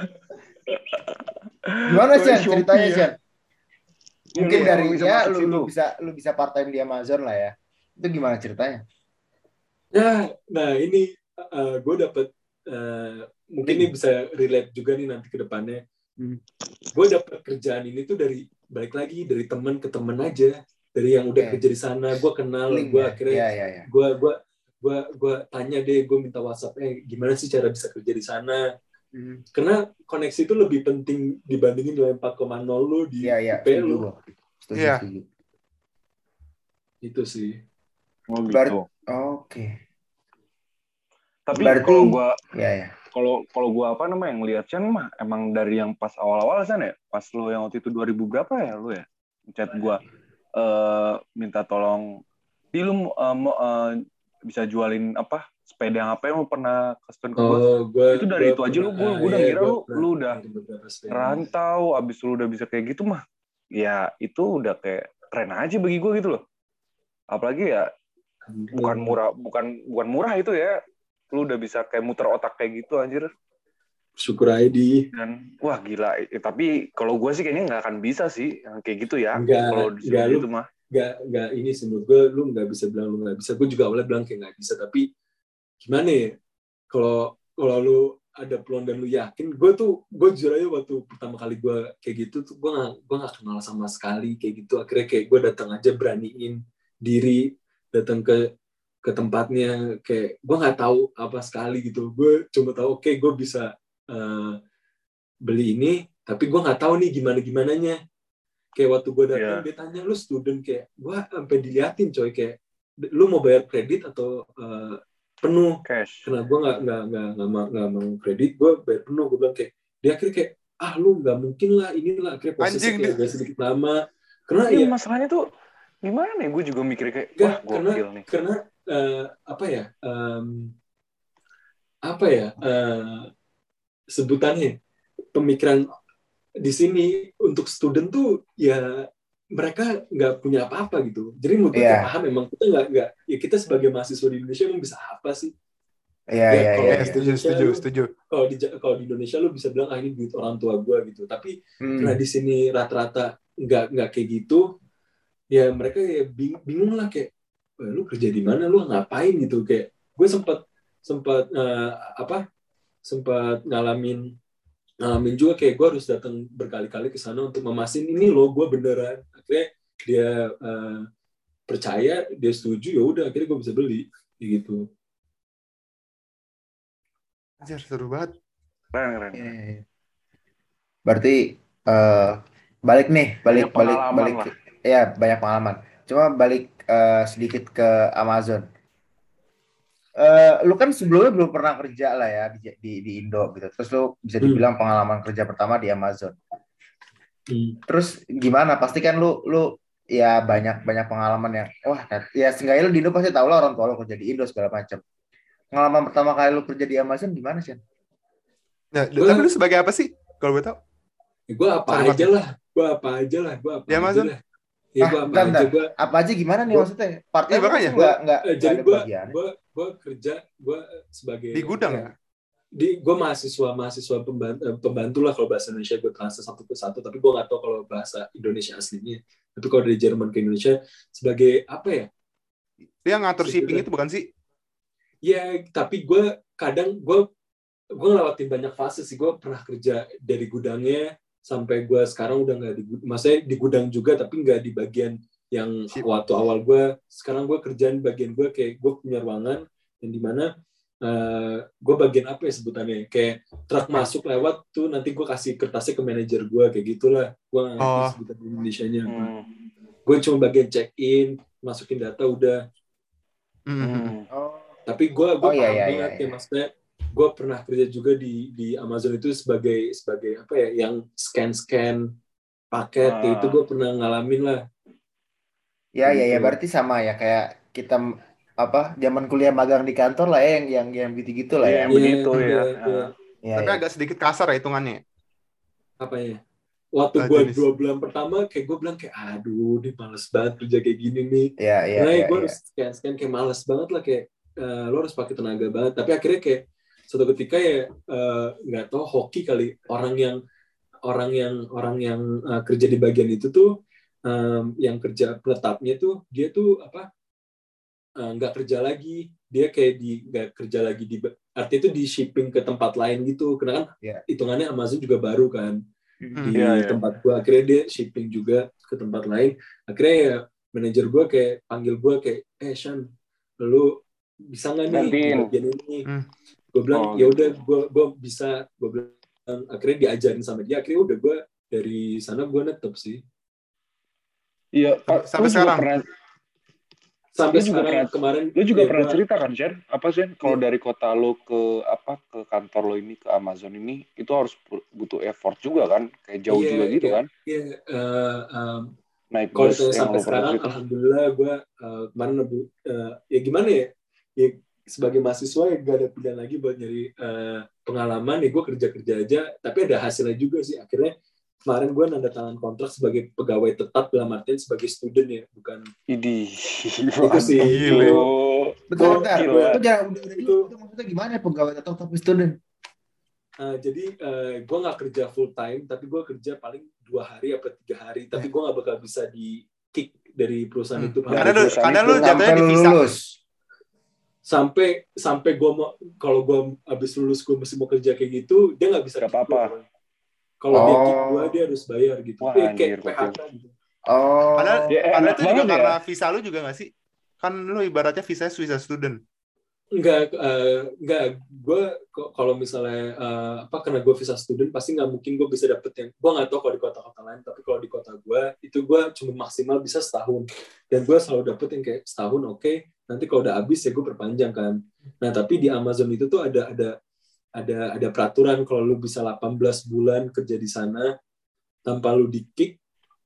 Gimana Oh, Sian? Shopee Ceritanya ya. Sian? Mungkin Iya, dari lu bisa ya masuk lu, situ. lu bisa lu bisa part time di Amazon lah ya. Itu gimana ceritanya? Ya, nah ini uh, gue dapet uh, mungkin ini bisa relate juga nih nanti ke depannya. Hmm. Gue dapet kerjaan ini tuh dari balik lagi dari teman ke teman aja, dari yang udah Oke. kerja di sana. Gue kenal, Link gue ya? akhirnya Iya, iya, iya. gue gue gue gue tanya deh, gue minta WhatsApp, eh gimana sih cara bisa kerja di sana? Hmm. Karena koneksi itu lebih penting dibandingin dengan empat koma nol lu di Iya, iya, I P setuju lu. gua. Setuju, Iya. setuju. Itu sih. Oh gitu. Ber- Oke. Tapi Berarti- kalau gua Iya, iya. kalau kalau gua apa namanya yang lihat Chan mah emang dari yang pas awal-awal Chan ya, pas lo yang waktu itu dua ribu berapa ya lu ya, chat gua eh minta tolong di lu eh, mau, eh, bisa jualin apa sepeda yang apa yang lu pernah custom ke gua. Oh, gue Itu dari itu aja lu, gua, gua udah ngira lu lu udah rantau abis lu udah bisa kayak gitu mah. Ya itu udah kayak keren aja bagi gua gitu loh. Apalagi ya bukan murah, bukan bukan murah itu ya. Lu udah bisa kayak muter otak kayak gitu anjir. Syukur I D. Dan wah gila, eh, tapi kalau gue sih kayaknya nggak akan bisa sih yang kayak gitu ya. Enggak, Kalau enggak, disuruh lu- gitu mah. Gak, gak ini sih menurut gue, lu gak bisa bilang lu gak bisa. Gue juga awalnya bilang kayak gak bisa, tapi gimana ya, kalau kalau lu ada peluang dan lu yakin, gue tuh, gue jujur aja waktu pertama kali gue kayak gitu, tuh gue gak, gue gak kenal sama sekali kayak gitu. Akhirnya kayak gue datang aja beraniin diri, datang ke ke tempatnya, kayak gue gak tahu apa sekali gitu. Gue cuma tahu, oke okay, gue bisa uh, beli ini, tapi gue gak tahu nih gimana-gimananya. Kayak waktu gue datang, Yeah. dia tanya, lu student, kayak gue sampai diliatin coy, kayak lu mau bayar kredit atau uh, penuh? Cash. Karena gue nggak nggak nggak nggak mau nggak mau kredit, gue bayar penuh. Gue bilang kayak, dia akhirnya kayak, ah lu nggak mungkin lah, inilah akhirnya prosesnya Anjing, kayak agak sedikit lama. Karena Iya ya, masalahnya tuh gimana ya? Gue juga mikir kayak, Gak, wah karena gokil nih. karena uh, apa ya, um, apa ya uh, sebutannya pemikiran di sini untuk student tuh ya mereka nggak punya apa-apa gitu. Jadi menurut gue Iya. yeah. paham memang kita nggak nggak ya kita sebagai mahasiswa di Indonesia emang bisa apa sih? Iya, Ya, iya, kalau iya. Eh, iya. setuju, setuju, setuju. Kalau di kalau di Indonesia lu bisa bilang ah ini duit orang tua gue gitu. Tapi Hmm. karena di sini rata-rata nggak nggak kayak gitu, ya mereka ya bing, bingung lah kayak lu kerja di mana, lu ngapain gitu. Kayak gue sempat sempat uh, apa sempat ngalamin ngalamin juga kayak gue harus datang berkali-kali ke sana untuk memastikan ini loh gue beneran. Akhirnya dia uh, percaya, dia setuju, ya udah akhirnya gue bisa beli gitu. Anjir, seru banget. Keren, keren. Iya, iya, iya. Berarti eh, balik nih, balik Banyak balik pengalaman balik. lah. Ya, banyak pengalaman. Cuma balik eh, sedikit ke Amazon. Eh, lu kan sebelumnya belum pernah kerja lah ya di, di, di Indo gitu. Terus lu bisa dibilang pengalaman kerja pertama di Amazon. Hmm. Terus gimana? Pasti kan lu lu ya banyak banyak pengalaman yang wah ya seenggaknya lu di Indo pasti tahu lah orang tua lu kerja di Indo segala macam. Pengalaman pertama kali lu kerja di Amazon gimana sih? Nah, Gua- tapi lu sebagai apa sih? Kalau gue tau. Ya, gue apa Sorry, aja Mas. lah, gue apa aja lah, gue apa Di Amazon? aja lah. Ya Ah, gue apa bentar, aja bentar. gue. Apa aja gimana nih Gua- maksudnya? Part Iya, time makanya. nggak nggak Eh, jadi ada gue bagian. gue gue kerja gue sebagai Di gudang ya? Di gue mahasiswa mahasiswa pembantu, pembantu lah kalau bahasa Indonesia gue transfer satu ke satu, tapi gue nggak tahu kalau bahasa Indonesia aslinya. Tapi kalau dari Jerman ke Indonesia sebagai apa ya? Dia ngatur shipping itu bukan sih? Ya, tapi gue kadang gue gue ngelewatin banyak fase sih. Gue pernah kerja dari gudangnya sampai gue sekarang udah nggak di gudang. Maksudnya di gudang juga, tapi nggak di bagian yang Ship. waktu awal gue. Sekarang gue kerjaan bagian gue kayak gue punya ruangan yang dimana uh, gue bagian apa ya sebutannya? Kayak truk masuk lewat tuh nanti gue kasih kertasnya ke manajer gue kayak gitulah. Gue nggak ngerti Oh. sebutan Indonesianya apa. Hmm. gue cuma bagian check in, masukin data udah. Mhm. Oh, Tapi gue gue Oh, iya, paham iya, banget iya, ya iya. maksudnya gue pernah kerja juga di di Amazon itu sebagai sebagai apa ya yang scan scan paket kayak itu Ah. gue pernah ngalamin lah. ya ya ya Gitu. berarti sama ya kayak kita m- apa zaman kuliah magang di kantor lah ya yang yang yang gitu-gitu lah Iya, ya. yang begitu Iya, ya. iya, Ah. iya. Ya Tapi ya. agak sedikit kasar ya hitungannya. Apa ya? Waktu Eh, gue jenis. dua bulan pertama kayak gue bilang kayak aduh ini males banget kerja kayak gini nih. Ya ya Karena ya gue ya. harus scan scan kayak males banget lah kayak eh, lo harus pakai tenaga banget. Tapi akhirnya kayak suatu ketika ya eh, nggak tahu hoki kali orang yang orang yang orang yang eh, kerja di bagian itu tuh em, yang kerja penetapnya tuh dia tuh apa eh, nggak kerja lagi, dia kayak di nggak kerja lagi di artinya itu di shipping ke tempat lain gitu. Karena kan Ya. hitungannya Amazon juga baru kan Hmm. di Iya, iya. tempat gue. Akhirnya dia shipping juga ke tempat lain. Akhirnya ya manajer gue kayak panggil gue kayak, eh Shan, lu bisa nggak nih di Gantiin. bagian ini? Hmm. Gue bilang Oh, ya gitu. udah gue gue bisa. Gue bilang akhirnya diajarin sama dia. Akhirnya udah gue dari sana gue netep sih. Iya, Pak, Sampai lu juga sekarang? pernah Sampai Lu juga sekarang pernah- kemarin lu juga ya pernah gua- cerita kan, Shen? Apa Shen? Kalau Iya. dari kota lo ke apa ke kantor lo ini ke Amazon ini itu harus pu- butuh effort juga kan? Kayak jauh iya, juga gitu iya, kan? iya, eh, em, Naik kalau bus ditanya yang sampai lo pernah sekarang, cerita. alhamdulillah gue uh, kemarin lebih uh, ya gimana ya, ya sebagai mahasiswa ya gak ada pilihan lagi buat nyari uh, pengalaman ya gue kerja kerja aja, tapi ada hasilnya juga sih. Akhirnya kemarin gue nanda tangan kontrak sebagai pegawai tetap dalam artian sebagai student ya, bukan Idih. itu sih. Gile. Itu, Bentar, itu, bentar. gila. Itu jangan udah udah Itu- itu maksudnya gimana ya pegawai tetap tapi student? uh, jadi uh, gue nggak kerja full time, tapi gue kerja paling dua hari atau tiga hari, tapi gue nggak bakal bisa di kick dari perusahaan Hmm. itu. Dari Karena lu, perusahaan karena itu. lu jatuhnya Sampai di lu visa. lulus. sampai sampai gue mau kalau gue abis lulus gue masih mau kerja kayak gitu, dia nggak bisa Gak kick apa-apa. gua. Kalau dia Oh. kick gue dia harus bayar gitu. Wah, Eh, anjir, kayak P H K gitu. Oh. Padahal, Ya, eh, padahal enak itu juga banget ya. karena visa lu juga nggak sih? Kan lu ibaratnya visa visa student. Enggak, eh, enggak. Gue kalau misalnya eh, apa karena gue visa student pasti nggak mungkin gue bisa dapet yang. Gue nggak tahu kalau di kota-kota lain, tapi kalau di kota gue itu gue cuma maksimal bisa setahun. Dan gue selalu dapet yang kayak setahun oke. Nanti kalau udah habis ya gue perpanjang kan. Nah tapi di Amazon itu tuh ada ada ada ada peraturan kalau lu bisa delapan belas bulan kerja di sana tanpa lu di kick.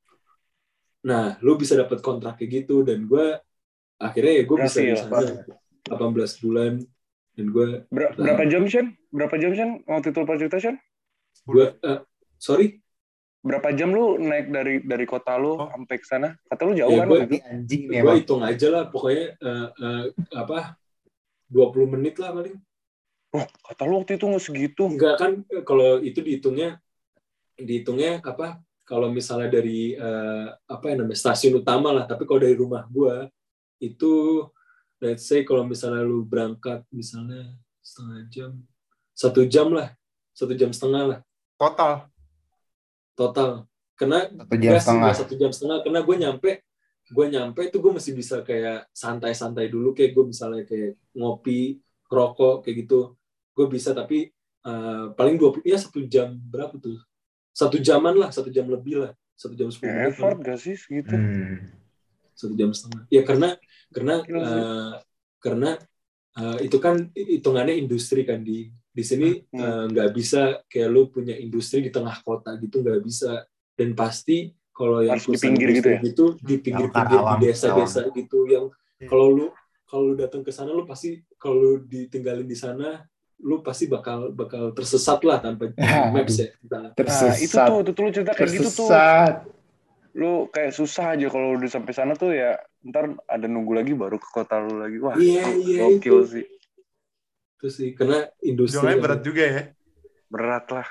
Nah lu bisa dapet kontrak kayak gitu dan gue akhirnya ya gue bisa di Berhasil. sana delapan belas bulan dan gue Ber- berapa jam Shen? Berapa jam Shen? Waktu itu lo pernah cerita Shen? gue uh, sorry Berapa jam lu naik dari dari kota lu Oh. sampai ke sana? Kata lu jauh Ya, kan gua- waktu itu? Ini anjing nih gue emang. hitung aja lah pokoknya uh, uh, apa dua puluh menit lah paling. Oh, kata lu waktu itu nggak segitu. Enggak kan eh, kalau itu dihitungnya dihitungnya apa kalau misalnya dari uh, apa yang namanya stasiun utama lah, tapi kalau dari rumah gue itu let's say kalau misalnya lu berangkat misalnya setengah jam satu jam lah satu jam setengah lah Total. total karena Satu jam enggak sih, setengah. enggak satu jam setengah karena gue nyampe gue nyampe itu gue masih bisa kayak santai-santai dulu kayak gue misalnya kayak ngopi rokok kayak gitu gue bisa tapi uh, paling dua puluh ya satu jam berapa tuh satu jaman lah satu jam lebih lah satu jam sepuluh Ya, menit effort lah. gak sih segitu? Hmm. Satu jam setengah ya karena karena Gila sih. uh, karena uh, itu kan hitungannya industri kan di di sini Hmm. uh, nggak bisa kayak lu punya industri di tengah kota gitu nggak bisa dan pasti kalau yang Harus di perusahaan pinggir gitu industri ya? gitu di pinggir-pinggir Awang, di desa-desa gitu yang Iya. kalau lu kalau lu datang ke sana lu pasti kalau lu ditinggalin di sana lu pasti bakal bakal tersesat lah tanpa Ya, maps ya. Misalnya. Nah, itu tuh, itu tuh lu cerita kayak gitu tuh. Tersesat. Lu kayak susah aja kalau udah sampai sana tuh ya ntar ada nunggu lagi baru ke kota lu lagi. Wah, Iya, itu iya, gokil itu. sih. Itu sih karena industri Jualnya yang- berat juga ya. Berat lah.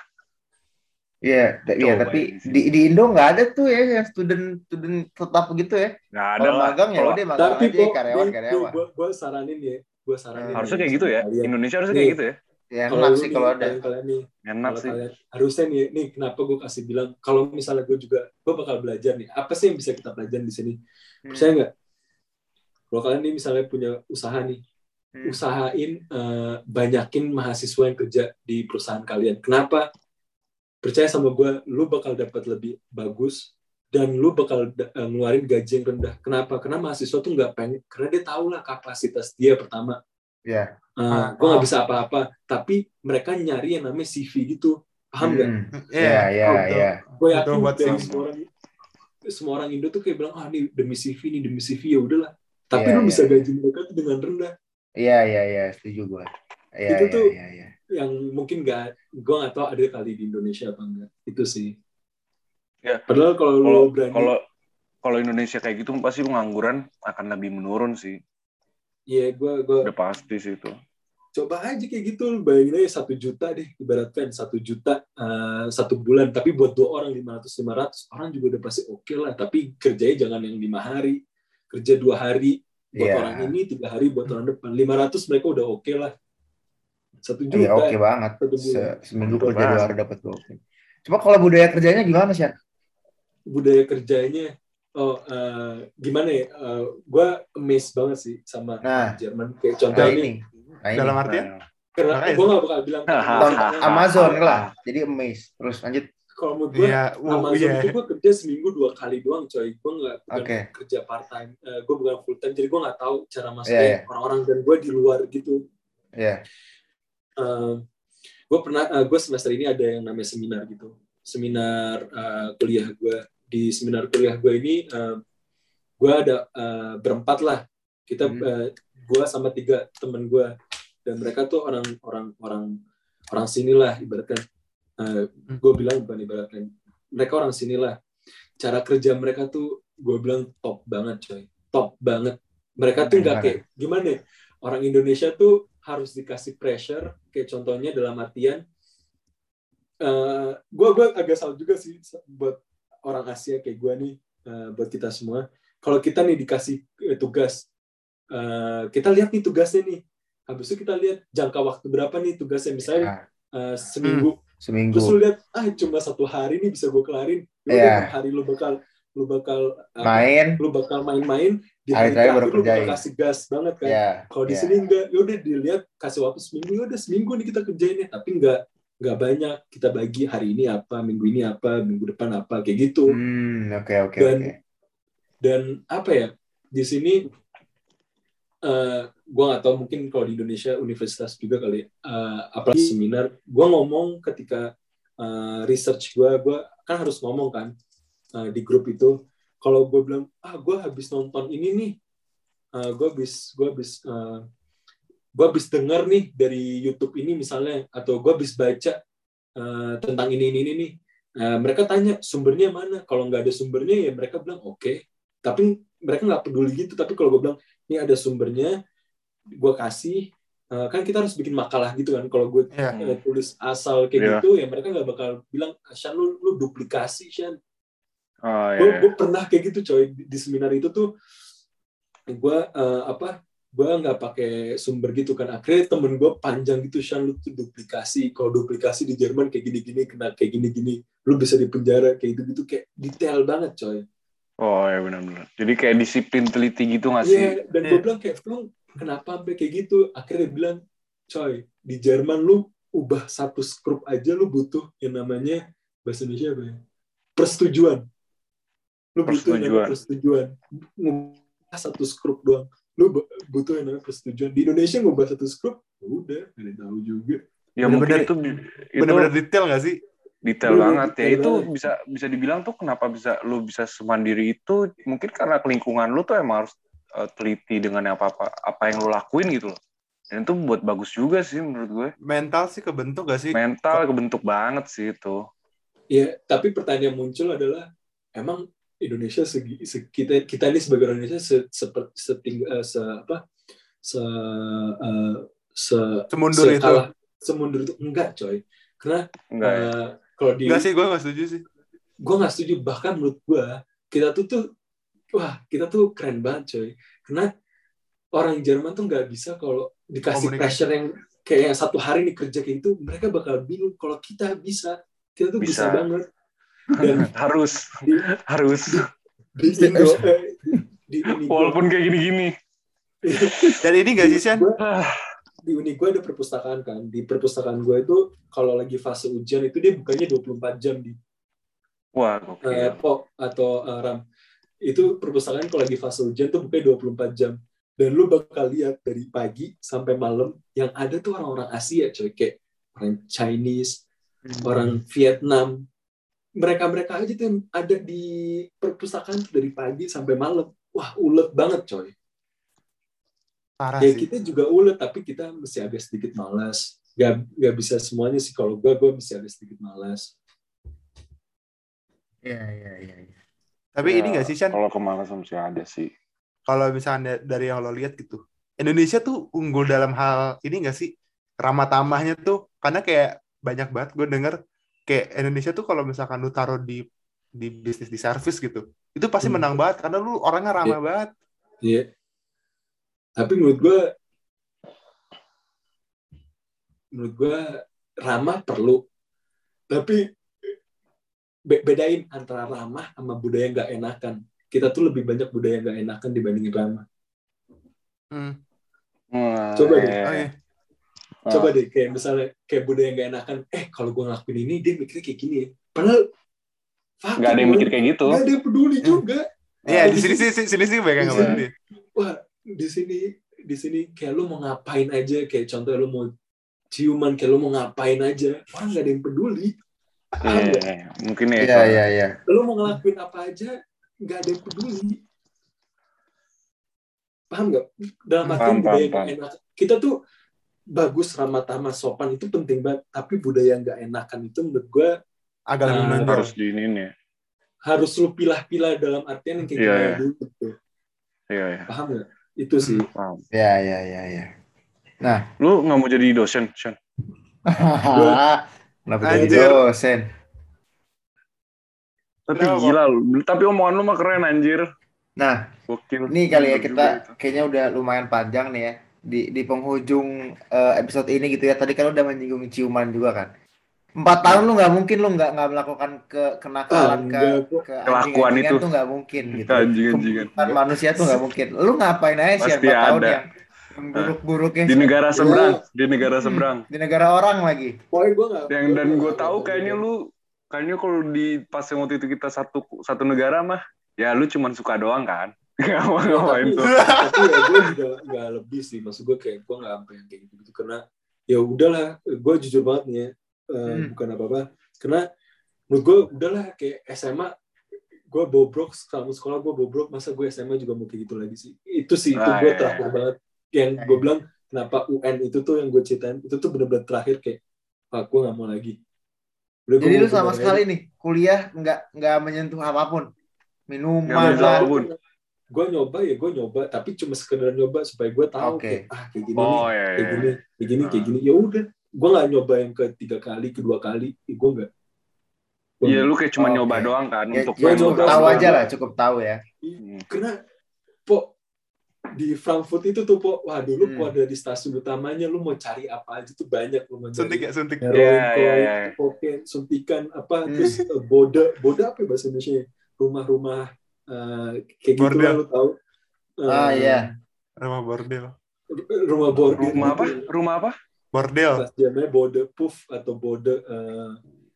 Iya, da- iya, Coba tapi ya di sini. di di Indo nggak ada tuh ya yang student student tetap gitu ya. Nggak ada Kalau lah. magang ya Kalau- udah magang tapi aja kok karyawan karyawan. gue gue saranin ya gue saranin Hmm. harusnya ya, kayak gitu ya. kalian. Indonesia harusnya Nih. kayak gitu ya. Ya Kalau enak lu sih nih, kalau ada. kalian, kalian nih Enak kalau sih. kalian harusnya nih nih kenapa gue kasih bilang kalau misalnya gue juga gue bakal belajar nih apa sih yang bisa kita pelajari di sini Hmm. percaya nggak kalau kalian nih misalnya punya usaha nih Hmm. usahain eh, banyakin mahasiswa yang kerja di perusahaan kalian kenapa percaya sama gue lu bakal dapat lebih bagus dan lu bakal uh, ngeluarin gaji yang rendah. Kenapa? Karena mahasiswa tuh nggak pengen, karena dia tahu lah kapasitas dia pertama. Iya. Uh, gue nggak bisa apa-apa, tapi mereka nyari yang namanya C V gitu, paham nggak? Hmm. Iya, Iya, iya, iya. Gue yakin Betul, buat dari sama. semua orang, semua orang Indo tuh kayak bilang, ah ini demi C V, ini demi C V, ya udahlah. Tapi Iya, lu iya, bisa iya. gaji mereka tuh dengan rendah. Iya, iya, iya, setuju gue. Iya, Itu iya, tuh iya, iya. yang mungkin nggak, gue nggak tahu ada kali di Indonesia apa enggak. Itu sih. Ya. Padahal kalau Kalau lu berani, kalau kalau Indonesia kayak gitu pasti pengangguran akan lebih menurun sih. ya gue gue Udah pasti sih itu. coba aja kayak gitu, lu bayangin aja satu juta deh, ibaratkan satu juta uh, satu bulan, tapi buat dua orang lima ratus lima ratus orang juga udah pasti oke okay lah. Tapi kerjanya jangan yang lima hari, kerja dua hari buat Iya. orang ini, tiga hari buat orang depan, lima ratus mereka udah oke okay lah. Satu juta. Iya, oke banget. Satu bulan. Se- Seminggu Betul kerja dua banget. hari dapat oke. Cuma kalau budaya kerjanya gimana sih? Budaya kerjanya, oh uh, gimana ya? Uh, gue amazed banget sih sama Nah. Jerman. Kayak Nah contohnya nih, ini. Nah ini. Dalam artian? Nah, karena Makanya gue gak bakal bilang Tonton Amazon lah. Jadi amazed. Terus lanjut. kalau menurut gue Iya, wow, Amazon iya. itu gue kerja seminggu dua kali doang coy. Gue nggak bukan Oke. kerja part time, uh, gue bukan full time, jadi gue nggak tahu cara Iya, masuknya iya. orang-orang, dan gue di luar gitu. Iya. Uh, gue pernah, uh, gue semester ini ada yang namanya seminar gitu, seminar uh, kuliah gue. Di seminar kuliah gue ini, uh, gue ada uh, berempat lah. Kita, Hmm. uh, gue sama tiga temen gue, dan mereka tuh orang-orang orang orang sini lah ibaratkan. Uh, gue bilang bukan ibaratkan, mereka orang sini lah. Cara kerja mereka tuh gue bilang top banget coy, top banget. Mereka tuh nggak kayak gimana ya? Orang Indonesia tuh harus dikasih pressure, kayak contohnya dalam artian, uh, gue gue agak salah juga sih buat orang Asia kayak gue nih, uh, buat kita semua. Kalau kita nih dikasih uh, tugas, uh, kita lihat nih tugasnya nih, habis itu kita lihat jangka waktu berapa nih tugasnya, misalnya uh, seminggu. Seminggu. Terus lu lihat, ah cuma satu hari nih bisa gue kelarin. Lu Iya. yeah. hari lu bakal lu bakal apa, Main. lu bakal main-main, di Hari hari terakhir terakhir baru lu bakal kerjain. kasih gas banget kan. Iya. Kalau di Iya. sini enggak, yaudah dilihat kasih waktu seminggu, yaudah seminggu nih kita kerjainnya, tapi enggak enggak banyak, kita bagi hari ini apa, minggu ini apa, minggu depan apa, kayak gitu. Hmm, oke oke Dan oke. dan apa ya, di sini uh, gue nggak tahu, mungkin kalau di Indonesia universitas juga kali, uh, apalagi seminar, gue ngomong ketika uh, research gue, gue kan harus ngomong kan uh, di grup itu. Kalau gue bilang, ah gue habis nonton ini nih, uh, gue habis gue habis uh, gue habis dengar nih dari YouTube ini misalnya, atau gue habis baca uh, tentang ini ini ini nih. Uh, mereka tanya sumbernya mana. Kalau nggak ada sumbernya ya mereka bilang oke. Okay. Tapi mereka nggak peduli gitu. Tapi kalau gue bilang ini ada sumbernya, gue kasih. Uh, kan kita harus bikin makalah gitu kan. Kalau gue Iya. uh, tulis asal kayak Iya. gitu, ya mereka nggak bakal bilang, Shan lu, lu duplikasi Shan. Oh, Gue iya. gue pernah kayak gitu coy di, di seminar itu tuh. Gue uh, apa? Gue nggak pakai sumber gitu kan. Akhirnya temen gue panjang gitu, Shan lu tuh duplikasi. Kalau duplikasi di Jerman kayak gini-gini, kena kayak gini-gini, lu bisa dipenjara kayak gitu-gitu, kayak detail banget coy. Oh ya benar-benar. Jadi kayak disiplin teliti gitu nggak sih? Iya, dan gue bilang kayak, lu kenapa sampai kayak gitu? Akhirnya dia bilang, coy, di Jerman lu ubah satu skrup aja lu butuh yang namanya, bahasa Indonesia apa ya? Persetujuan. Lu butuh yang namanya persetujuan. Ngubah satu skrup doang. Lu butuh yang namanya persetujuan. Di Indonesia ngubah satu skrup, udah, gak ada tahu juga. Ya mungkin Bener-bener- itu itu Bener-bener detail nggak sih? detail Bener, banget ya. detail Itu banget. bisa bisa dibilang tuh kenapa bisa lu bisa semandiri itu mungkin karena lingkungan lu tuh emang harus uh, teliti dengan apa apa apa yang lu lakuin gitu loh. Dan itu buat bagus juga sih menurut gue. Mental sih kebentuk gak sih? Mental kebentuk banget sih itu. Ya, tapi pertanyaan muncul adalah, emang Indonesia segi, se, kita kita ini sebagai orang Indonesia se, seperti seting, uh, se apa se uh, se Semundur itu. kalah, semundur itu enggak coy, karena Enggak ya? uh, kalau di Enggak sih, gue gak setuju sih. gue nggak setuju, bahkan menurut gue kita tuh tuh wah kita tuh keren banget coy, karena orang Jerman tuh nggak bisa kalau dikasih Komunikasi. pressure yang kayak yang satu hari nih kerja kayak itu, mereka bakal bingung. Kalau kita bisa, kita tuh bisa, Bisa. banget. Dan harus di, harus di Indo, eh, di uni walaupun kayak gini-gini. Dan ini gak sih, Shan? Di uni gue ada perpustakaan kan. Di perpustakaan gue itu kalau lagi fase ujian itu dia bukanya dua puluh empat jam di. Wah, uh, gokil. Po atau uh, Ram. Itu perpustakaan kalau lagi fase ujian tuh bukannya dua puluh empat jam. Dan lu bakal lihat dari pagi sampai malam yang ada tuh orang-orang Asia, coy. Kayak orang Chinese, hmm. orang Vietnam. Mereka-mereka aja tuh yang ada di perpustakaan tuh dari pagi sampai malam. Wah, ulet banget, coy. Parah ya sih. kita juga ulet, tapi kita mesti agak sedikit malas. Gak, gak bisa semuanya sih. Kalau gue, gue mesti agak sedikit malas. Iya, iya, iya. Tapi Ya, ini nggak sih, Chan? kalau kemalasan sih ada sih. Kalau misalnya dari yang lo lihat gitu, Indonesia tuh unggul dalam hal ini nggak sih? Ramah tamahnya tuh, karena kayak banyak banget gue denger kayak Indonesia tuh kalau misalkan lu taruh di di bisnis di service gitu, itu pasti Hmm. menang banget karena lu orangnya ramah Iya. banget. Iya. Tapi menurut gue, menurut gue ramah perlu. Tapi be- bedain antara ramah sama budaya nggak enakan. Kita tuh lebih banyak budaya nggak enakan dibandingin ramah. Hmm. Wah, Coba deh. eh. Oh, iya. Coba deh, kayak misalnya kayak budaya nggak enakan. Eh, kalau gue ngelakuin ini, dia mikirnya kayak gini ya. Padahal fuck Nggak ada yang it, mikir kayak gitu. nggak ada yang peduli juga. Iya, Ah, di sini sih sini sih banyak yang di sini. peduli. Wah, di sini di sini kayak lu mau ngapain aja, kayak contoh lu mau ciuman, kayak lu mau ngapain aja, orang nggak ada yang peduli. Paham Iya, nggak? mungkin ya. Iya, kalau- iya, iya. Lu mau ngelakuin apa aja, nggak ada yang peduli. Paham nggak? Dalam artian Paham, budaya paham, nggak enak. Kita tuh bagus, ramah tamah, sopan itu penting banget. Tapi budaya nggak enakan itu menurut gue Agak lebih Nah, menonjol. harus diinin ya. harus lu pilah-pilah dalam artian yang kayak Iya, gimana iya. dulu. Gitu. Iya, iya. Paham nggak? Itu sih. Paham. Iya, iya, iya, iya. Nah, Lu nggak mau jadi dosen, Sean? kenapa jadi Anjir. dosen? Tapi Kenapa? gila lu. Tapi omongan lu mah keren anjir. Nah, Gokil. ini kali ya Bener kita juga itu. kayaknya udah lumayan panjang nih ya di di penghujung eh, episode ini gitu ya. Tadi kan udah menyinggung ciuman juga kan. Empat tahun lu nggak mungkin lu nggak nggak melakukan ke kenakalan Ah, ke enggak, kok. ke Kelakuan anjing-anjingan itu. tuh nggak mungkin gitu. Anjing-anjingan. Pembunuhan manusia tuh nggak mungkin. Lu ngapain aja sih Pasti empat tahun ada. yang yang buruk-buruknya Di negara Iya. seberang, di negara seberang. di negara orang lagi. Pokoknya gue nggak. Yang dan gue tahu kayaknya lu kayaknya kalau di pas yang waktu itu kita satu satu negara mah ya lu cuman suka doang kan. Gak mau Ya, ngapain tapi, tuh. tapi ya gue juga nggak lebih sih, maksud gue kayak gue nggak sampai yang kayak gitu karena ya udahlah, gue jujur banget nih ya, uh, Hmm. bukan apa-apa, karena menurut gue udahlah kayak S M A gue bobrok, kalau sekolah gue bobrok, masa gue S M A juga mau kayak gitu lagi sih, itu sih itu Ah, gue iya, terakhir iya. banget, yang gue bilang kenapa U N itu tuh yang gue ceritain itu tuh benar-benar terakhir kayak, ah gue nggak mau lagi. Udah, Jadi gua lu mau sama bener sekali aja. nih kuliah nggak nggak menyentuh apapun, Nggak minuman menyentuh lah. apapun. Gue nyoba ya gue nyoba, tapi cuma sekedar nyoba supaya gue tahu Oke. kayak ah kayak gini Oh, nih, iya, kayak iya. gini, kayak gini, kayak Ah. gini. Ya udah, gue nggak nyoba yang ketiga kali, kedua kali, ya, gue nggak. Gua Iya nggak. lu kayak cuma Oke. nyoba doang kan Ya, untuk ya main cukup doang. tahu Doang. aja lah, cukup tahu ya. Hmm. Karena po di Frankfurt itu tuh po, wah dulu Hmm. keluar dari stasiun utamanya, lu mau cari apa aja tuh banyak, lu mau Suntik cari ya, suntik. heroin, Iya, iya, koin, iya. kokain, suntikan apa, Hmm. terus uh, boda, boda apa ya bahasa Indonesia? Rumah-rumah uh, kayak gitu Bordel. lah, lu tahu. Uh, Ah iya. Rumah bordel. Rumah bordil. Rumah apa? gitu. Rumah apa? Bordel. Pas jamnya bode puff atau bode uh,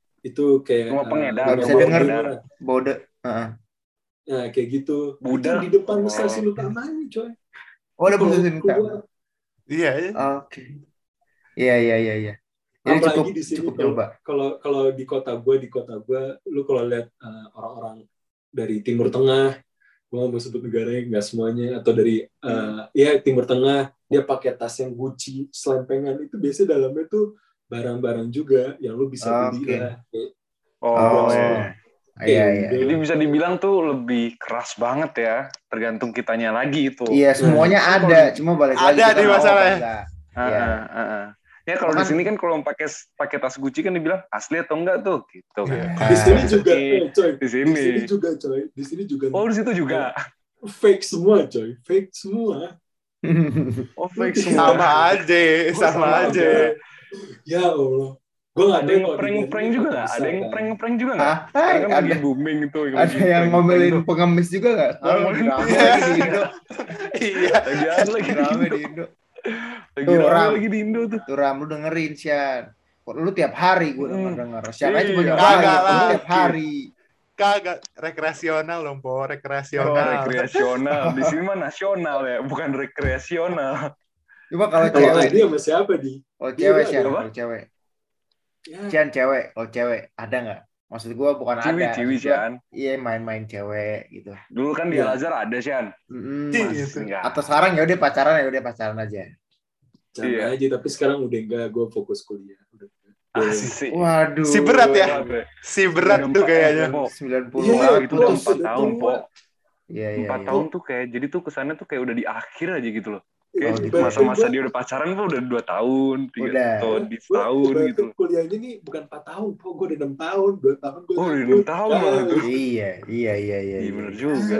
itu kayak Rumah pengedar, Nggak bisa rumah denger. bordil lah. Bode. Heeh. Nah kayak gitu. Buddha. Itu di depan Oh. stasiun utamanya coy. Oh, ada Kalau putusin keluar, Iya, iya. Oke. Iya, iya, iya, iya. Jadi apalagi cukup di sini cukup kalau coba. kalau kalau di kota gue di kota gue, lu kalau lihat uh, orang-orang dari Timur Tengah, gue nggak mau sebut negaranya, nggak semuanya, atau dari uh, ya Timur Tengah, dia pakai tas yang Gucci, selempengan, itu biasanya dalamnya tuh barang-barang juga yang lu bisa beli Oke. lah. Kayak, Oh, Oh. iya. Iya, iya. udah. Jadi bisa dibilang tuh lebih keras banget ya, tergantung kitanya lagi itu. Iya, semuanya Nah, ada, cuma balik lagi Ada kita di mau apa masalahnya. enggak. Ah, Iya. ah, ah, ah. Ya kalau di Bahkan- sini kan kalau pakai pakai tas Gucci kan dibilang asli atau enggak tuh, gitu. Nah. Di sini juga, Di- eh, coy. di sini. Di sini juga, coy. Di sini juga. Oh di situ juga. Fake semua, coy. Fake semua. Oh fake semua. Sama aja, sama aja. Ya Allah. Gue nggak Ada yang ngeprank-ngeprank juga nggak? Ada yang ngeprank-ngeprank juga nggak? Hah? Sekarang kan lagi Ada booming itu. ada lagi yang prank-prank ngomelin tuh. pengemis juga nggak? Sekarang Ngomelin lagi rame pengemis. lagi di Indo. Iya. Lagi ada lagi di Rame Indo. di Indo. Lagi Tuh, rame Ram. lagi di Indo tuh. Tuh Ram, lu dengerin, Sian. Kok lu tiap hari gue Hmm. denger-denger. Siapa Iya, cuma kagak nyobain, lah. lu tiap hari. Kagak rekreasional dong, Po. Oh, Rekreasional. rekreasional. Di sini mah nasional ya, bukan rekreasional. Cuma kalau Kalau cewek, tadi sama siapa di? kalau Iya, cewek ada Sian, apa? kalau cewek, Ya, Cian cewek, kalau cewek ada nggak? Maksud gue bukan Ciwi, ada, ciwi, maksud gue Cian. iya main-main cewek gitu. Dulu kan di Iya. Al-Azhar ada, Cian. Mm-mm. Cih, Mas, gitu. enggak. Atau sekarang ya udah pacaran ya udah pacaran aja. jangan Iya. aja. Tapi sekarang udah enggak. Gue fokus kuliah. Udah. Asik. Waduh. Si berat ya? Berat ya. Si berat Udah tuh empat- kayaknya. eh, Po, sembilan puluh Iya, orang itu tuh. udah Bos, empat udah tahun, tua. Po. Iya iya. Empat iya. tahun tuh kayak, jadi tuh kesannya tuh kayak udah di akhir aja gitu loh. Kayak Oh, gitu. masa-masa dia udah pacaran tuh udah dua tahun, tiga Udah. atau di setahun gitu loh. Kuliahnya nih bukan empat tahun. Kok gue udah enam tahun. dua tahun gue Oh, udah enam tahun malah tuh. Iya iya iya iya. Iya iya. bener juga.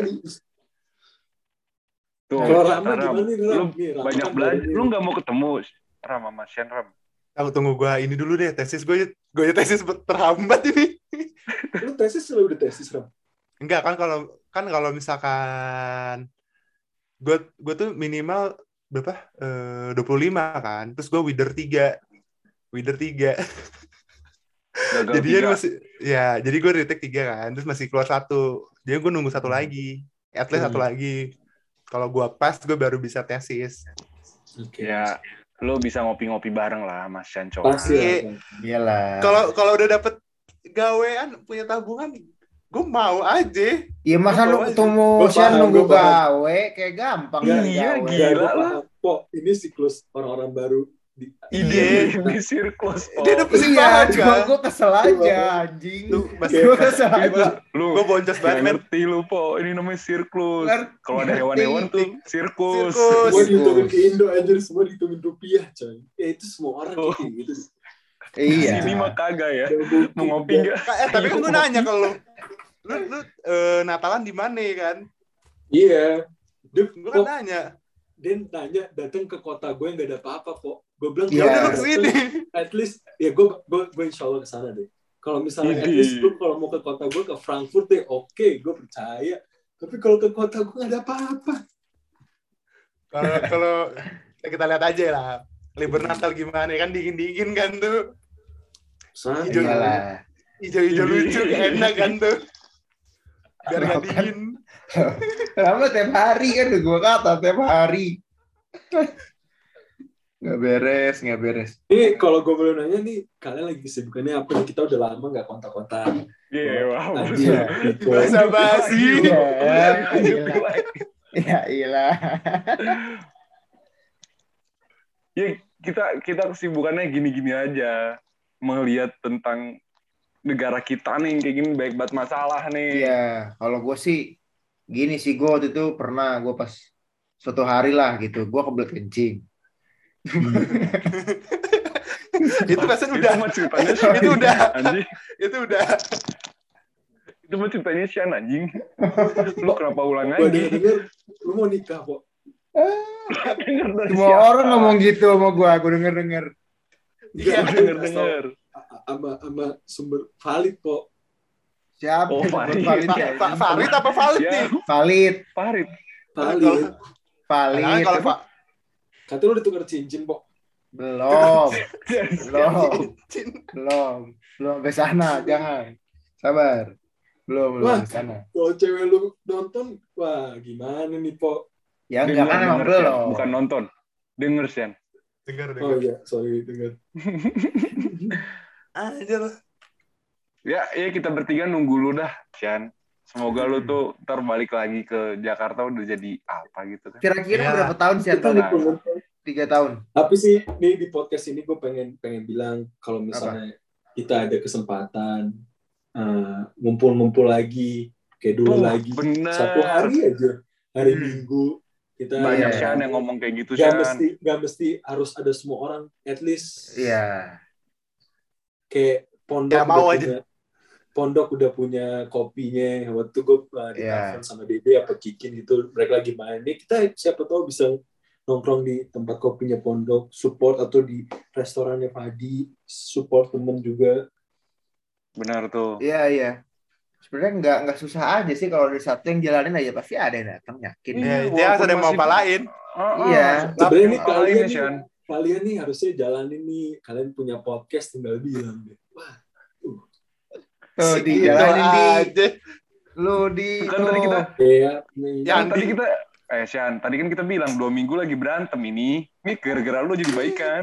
Tuh, Kalau Rama Ram, gimana nih, Ram? lu Nih, Rama banyak kan belajar, baru lu nih. nggak mau ketemu Ram sama Sian, Ram. Aku tunggu gue ini dulu deh, tesis gue. Gue tesis terhambat ini. Lu tesis lu udah tesis, Ram? Enggak kan kalau kan kalau misalkan gue gue tuh minimal berapa? Eh, dua puluh lima kan. Terus gue wider tiga. Wider tiga. Gagal Jadi dia tiga. masih ya, jadi gue retake tiga kan. Terus masih keluar satu. Jadi gue nunggu satu lagi. At least Hmm. satu lagi. Kalau gue pas, gue baru bisa tesis. Oke. Ya, lu bisa ngopi-ngopi bareng lah sama Sian Cok. Pasti Iya. lah. Iyalah. Kalau kalau udah dapet gawean, punya tabungan, gue mau aja. Iya masa Gua lu bawa aja. ketemu Gua Sian paham, nunggu gua paham. gawe kayak gampang Iya, nyari gawe. gila. Gak, gua lah. paham. Kok ini siklus orang-orang baru di Ide di sirkus, Po. Dia udah pasti Iya, paham cuma kan. gue kesel aja anjing. Tuh, Mas, Gue kesel aja. Lu gue boncos nggak banget, men. ngerti lu, Po. Ini namanya sirkus. Ngerti. Kalau ada hewan-hewan tuh sirkus. Sirkus. semua dihitungin ke Indo aja, semua dihitungin rupiah, coy. Ya itu semua orang Oh. kayak gitu. Iya. Ini mah kagak ya. Udah bukti. Mau ngopi nggak? Eh, tapi kan gue nanya ke lu. Lu, lu eh, Natalan di mana kan? Iya. Dia, Gue kan kok, nanya. dia nanya datang ke kota gue yang gak ada apa-apa kok. Gue bilang, Iya. Ya udah lu "Ya, kesini. at least, ya gue gue gue insya Allah kesana deh. Kalau misalnya at Idi. least lu kalau mau ke kota gue ke Frankfurt deh, oke, gue percaya. Tapi kalau ke kota gue gak ada apa-apa. Kalau kalau kita lihat aja lah. Libur Natal gimana kan, dingin-dingin kan tuh. Sana. Hijau. Iyalah. Hijau-hijau lucu, enak kan tuh. Biar nggak dingin. Lama tiap hari kan udah gue kata tiap hari. Nggak beres, nggak beres. Ini kalau gue boleh nanya nih, kalian lagi kesibukannya apa nih? Kita udah lama gak kontak-kontak. Iya, wow. Anjir, gitu. Bahasa basi. Iya, Lanjut iya. lagi. Ya iyalah. Ya, kita kita kesibukannya gini-gini aja. Melihat tentang negara kita nih, kayak gini baik banget masalah nih. Iya, kalau gue sih gini sih, gue waktu itu pernah gue pas suatu hari lah gitu, gue kebelet kencing. Itu pasti Itu udah. mah ceritanya Itu udah. anjing. Itu udah. Itu mah ceritanya Sian anjing. Lu kenapa ulang Gue lagi? denger-denger, lu mau nikah kok. Denger dari Semua siapa? orang ngomong gitu sama gue, gue denger denger. Iya. Gua denger-denger. Sama sama sumber valid kok. Siapa? Oh, yang Farid. valid Pak ya? Pak Farid apa Valid Ya, nih? Valid, Farid. Valid. valid. Nah, kalau Pak Katanya lu udah tuker cincin kok. Belum, belum, belum, belum sampai sana, jangan. Sabar. Belum, belum Wah. sampai sana. Kalau cewek lu nonton, wah gimana nih po? Ya enggak kan emang denger, Sian. belum. Bukan nonton. Denger, Sian. dengar Oh dengar. iya, sorry dengar. Aja lah. Ya, ya kita bertiga nunggu lu dah, Sian. Semoga lu tuh ntar balik lagi ke Jakarta udah jadi apa gitu kan. Kira-kira Ya. berapa tahun sih? Itu Tahun? nih, penonton. Tiga tahun. Tapi sih nih di podcast ini gue pengen pengen bilang kalau misalnya kita ada kesempatan uh, ngumpul-ngumpul lagi kayak dulu Tuh, lagi bener. satu hari aja hari Hmm. Minggu kita Banyak Iya. Sian yang ngomong kayak gitu, gak Sian. mesti gak mesti harus ada semua orang, at least Iya. kayak pondok Ya, mau udah aja. punya pondok udah punya kopinya. Waktu gue uh, di Iya. telepon sama Dede apa Kikin gitu, mereka lagi main nih, kita siapa tahu bisa nongkrong di tempat kopinya pondok, support, atau di restorannya Fadi, support temen juga. Benar tuh. Iya, iya. Sebenarnya nggak nggak susah aja sih kalau ada satu yang jalanin aja pasti ada yang datang yakin. Iya, Ya, walaupun dia ada yang mau masih- palain. Ah, Iya. ah. Sebenarnya nih Lain kalian ya, nih, Sian. kalian nih harusnya jalanin nih, kalian punya podcast tinggal bilang deh. Wah, Tuh Segitu dijalanin di aja. lu di Kan tadi kita Iya, nih. Yang kan tadi di- kita eh Shan, tadi kan kita bilang dua minggu lagi berantem ini. Ini gara-gara lu jadi baikan.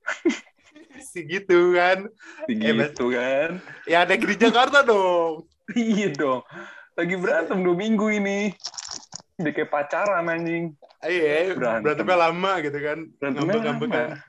segitu kan. Eh, Mas, Gitu kan. ya ada di Jakarta dong. Iya dong. Lagi berantem dua minggu ini. Udah kayak pacaran anjing. Iya, Berantem. berantemnya lama gitu kan. Berantemnya Ngambek-ngambekan. lama.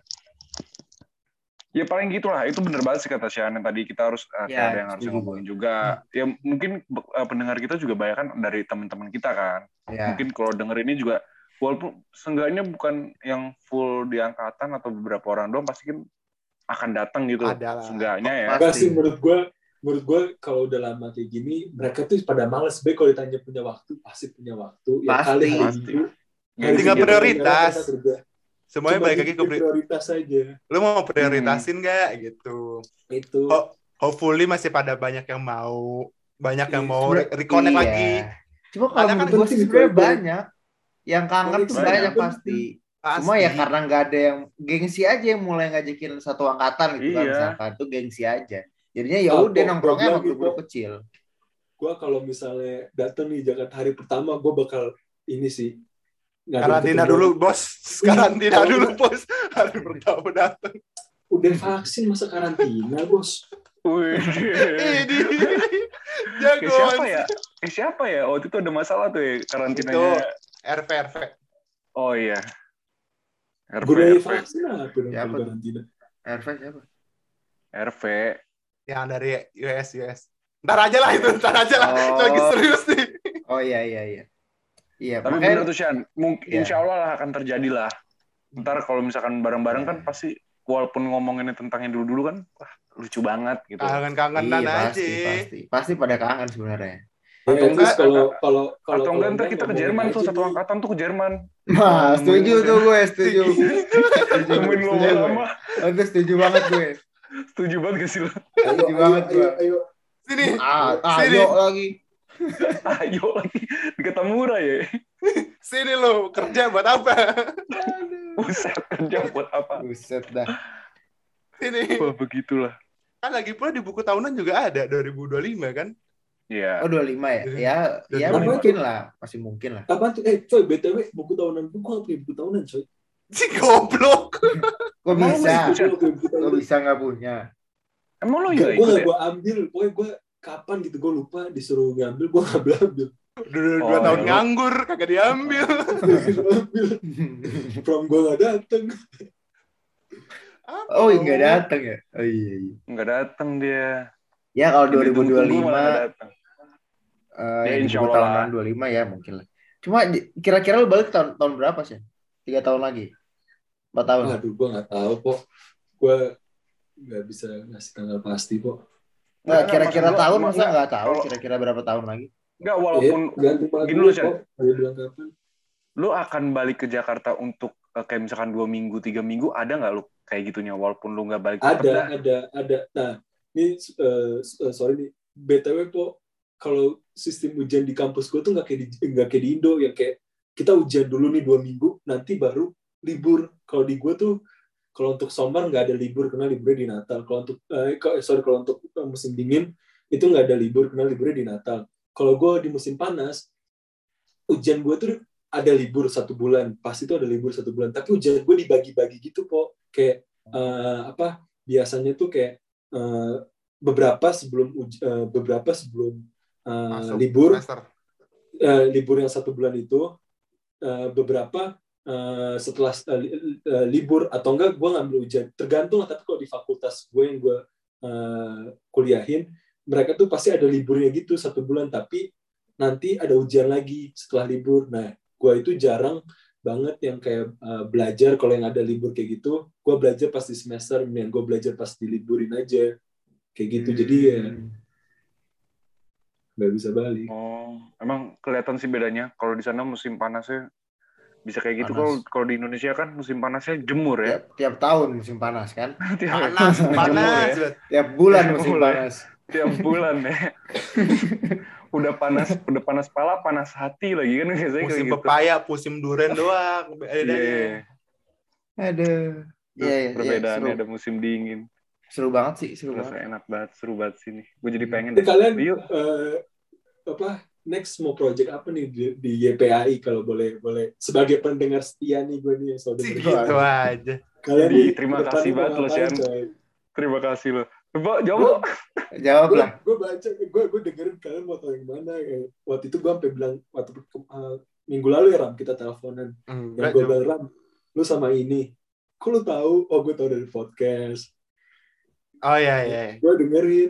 Ya paling gitulah, itu bener banget sih kata Shan yang tadi kita harus uh, kayak Ya, ada yang harus setuju ngomongin juga. Ya mungkin uh, pendengar kita juga banyak kan dari teman-teman kita kan. Ya. Mungkin kalau denger ini juga walaupun seenggaknya bukan yang full di angkatan atau beberapa orang doang pasti kan akan datang gitu. Ada lah. Seenggaknya ya. Pasti. Enggak sih menurut gue, menurut gue kalau udah lama kayak gini, mereka tuh pada males. Baik kalau ditanya punya waktu, pasti punya waktu. Ya Pasti. kali hari Pasti. Minggu. Jadi Gitu, nggak gitu. prioritas. Mereka kerja. Semuanya Cuma balik lagi ke bikin pri- prioritas aja. lu mau prioritasin nggak gitu. Itu. Ho- hopefully masih pada banyak yang mau, banyak yang Iya. mau Sebenernya- re- reconnect iya. lagi. Cuma kalau Karena kan menurut gue sih penting sebenarnya juga. banyak. Yang kangen tuh Banyak. banyak pasti. Cuma Pasti. ya karena nggak ada yang gengsi aja yang mulai ngajakin satu angkatan gitu kan Iya. misalkan tuh gengsi aja. Jadinya ya Ah, udah kok- nongkrongnya kok sama lagi, grup-grup kok. kecil. Gue kalau misalnya datang nih Jakarta hari pertama, gue bakal ini sih. ngadain Karantina ketemuan. dulu, bos. Karantina Kalau dulu, udah- bos. Hari pertama datang. Udah vaksin masa karantina, bos. Wih. Ini Kayak jagoan. siapa ya? Eh siapa ya? Waktu itu ada masalah tuh ya karantinanya. R P R P. Oh iya. R V, Gue udah R V. vaksin apa dong Siapa kalau tuh? karantina. R V siapa? R V. Yang dari U S U S. Ntar aja lah itu, ntar aja lah. Oh. Lagi serius nih. Oh iya iya iya. Iya, Tapi makanya bener tuh Shan, mungkin Iya. insya Allah lah akan terjadi lah. Ntar kalau misalkan bareng-bareng kan pasti walaupun ngomonginnya tentang yang dulu-dulu kan, wah lucu banget gitu. Kangen-kangenan iya, aja. pasti, pasti. Pasti pada kangen sebenarnya. Ya, Atau terus enggak- kalau kalau kalau Atau enggak kalau ntar kita ke ngomongin Jerman tuh, aja satu nih. angkatan tuh ke Jerman. Nah, setuju tuh gue, setuju. setuju, Temuin lo setuju gue. lama. Itu setuju banget gue. Setuju banget gak sih lo? Ayo, Setuju ayo, banget ayo, gua. ayo. Sini. Ah, Sini. ayo lagi. Ayo lagi. Dikata murah ya. Sini lo, kerja buat apa? Buset, kerja buat apa? Buset dah. Sini. Wah begitulah. Kan lagi pula di buku tahunan juga ada dua ribu dua puluh lima kan? Iya. Oh, dua puluh lima ya? Ya, ya Apa mungkin lah. Masih mungkin lah. Apa tuh? Eh, coy, B T W buku tahunan gue nggak punya buku tahunan, coy. Si goblok. Kok Emang bisa? lu Gue nggak punya buku Kok tahunan. bisa nggak punya? Emang lo Gue juga ikut nggak ya? gue ambil, pokoknya gue kapan gitu gue lupa disuruh ngambil, gue nggak ambil ambil. Dua, dua Oh, tahun iya. nganggur, kagak diambil. ambil. From gue nggak dateng. Apa? Oh, nggak datang ya? Oh iya iya. Nggak datang dia. Ya kalau dua ribu dua puluh Ditunggu-tunggu malah lima nggak datang. eh Ya, yang di insya buku Allah. tahunan dua puluh lima ya mungkin lah. Cuma di- kira-kira lu balik tahun tahun berapa sih? Tiga tahun lagi? Empat tahun? Aduh, gue nggak tahu kok. Gue nggak bisa ngasih tanggal pasti kok. Nggak, Nggak, kira-kira maksud gua- tahun ma- masa nggak, nggak tahu kalau- kira-kira berapa tahun lagi? Nggak, walaupun Ya, gantung gini dulu loh, Chan. kok. Ada bilang kapan? Lu akan balik ke Jakarta untuk eh, kayak misalkan dua minggu, tiga minggu, ada nggak lu kayak gitunya? Walaupun lu nggak balik tetep Ada, dah. ada, ada. Nah, ini uh, uh, sorry nih, B T W po, kalau sistem ujian di kampus gue tuh nggak kayak di nggak kayak di Indo yang kayak kita ujian dulu nih dua minggu, nanti baru libur. Kalau di gue tuh, kalau untuk summer nggak ada libur karena liburnya di Natal. Kalau untuk, eh, sorry kalau untuk uh, musim dingin itu nggak ada libur karena liburnya di Natal. Kalau gue di musim panas, ujian gue tuh ada libur satu bulan, pasti itu ada libur satu bulan. Tapi ujian gue dibagi-bagi gitu po, kayak uh, apa? Biasanya tuh kayak uh, beberapa sebelum uj- uh, beberapa sebelum uh, Masuk libur, semester. uh, libur yang satu bulan itu, uh, beberapa uh, setelah uh, li- uh, libur atau enggak gue ngambil ujian. Tergantung lah. Tapi kalau di fakultas gue yang gue uh, kuliahin, mereka tuh pasti ada liburnya gitu satu bulan. Tapi nanti ada ujian lagi setelah libur. Nah, gue itu jarang banget yang kayak uh, belajar kalau yang ada libur kayak gitu. Gue belajar pas di semester, yang gue belajar pas diliburin aja kayak gitu. Hmm. Jadi ya nggak bisa balik. Oh, emang kelihatan sih bedanya. Kalau di sana musim panasnya bisa kayak gitu. Panas. Kalau kalau di Indonesia kan musim panasnya jemur ya. Tiap, tiap tahun musim panas kan? Tiap, Panas, Jemur panas. ya. Tiap bulan Tiap musim bulan. panas. tiap bulan ya. Udah panas, udah panas kepala, panas hati lagi kan biasanya kayak Musim gitu. pepaya, musim durian doang. Iya. Aduh. Iya, iya, iya, Perbedaannya seru. ada musim dingin. Seru banget sih, seru Rasa banget. enak banget, seru banget sini. Gue jadi pengen Jadi deh. kalian Yuk. eh, apa next mau project apa nih di, di Y P A I kalau boleh boleh sebagai pendengar setia nih gue nih yang selalu dengerin Gitu kalian. aja. Kalian Jadi, nih terima kedepannya kasih mau banget lo, ngapain, Sian. coy? Terima kasih lo. Coba jawab Gue lo. Jawab gue lah. gue baca gue gue dengerin kalian mau tahu yang mana kayak waktu itu gue sampai bilang waktu uh, minggu lalu ya Ram kita teleponan yang Enggak, gue Jom. bilang Ram lu sama ini kok lu tahu oh gue tahu dari podcast Oh iya iya. gue dengerin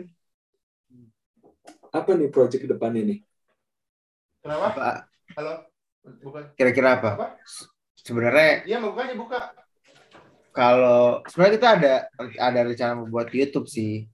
apa nih project ke depannya nih. Kenapa? Apa? Halo. Bukan. Kira-kira apa? Apa? Sebenarnya Iya, mukanya buka. kalau sebenarnya kita ada ada rencana membuat YouTube sih.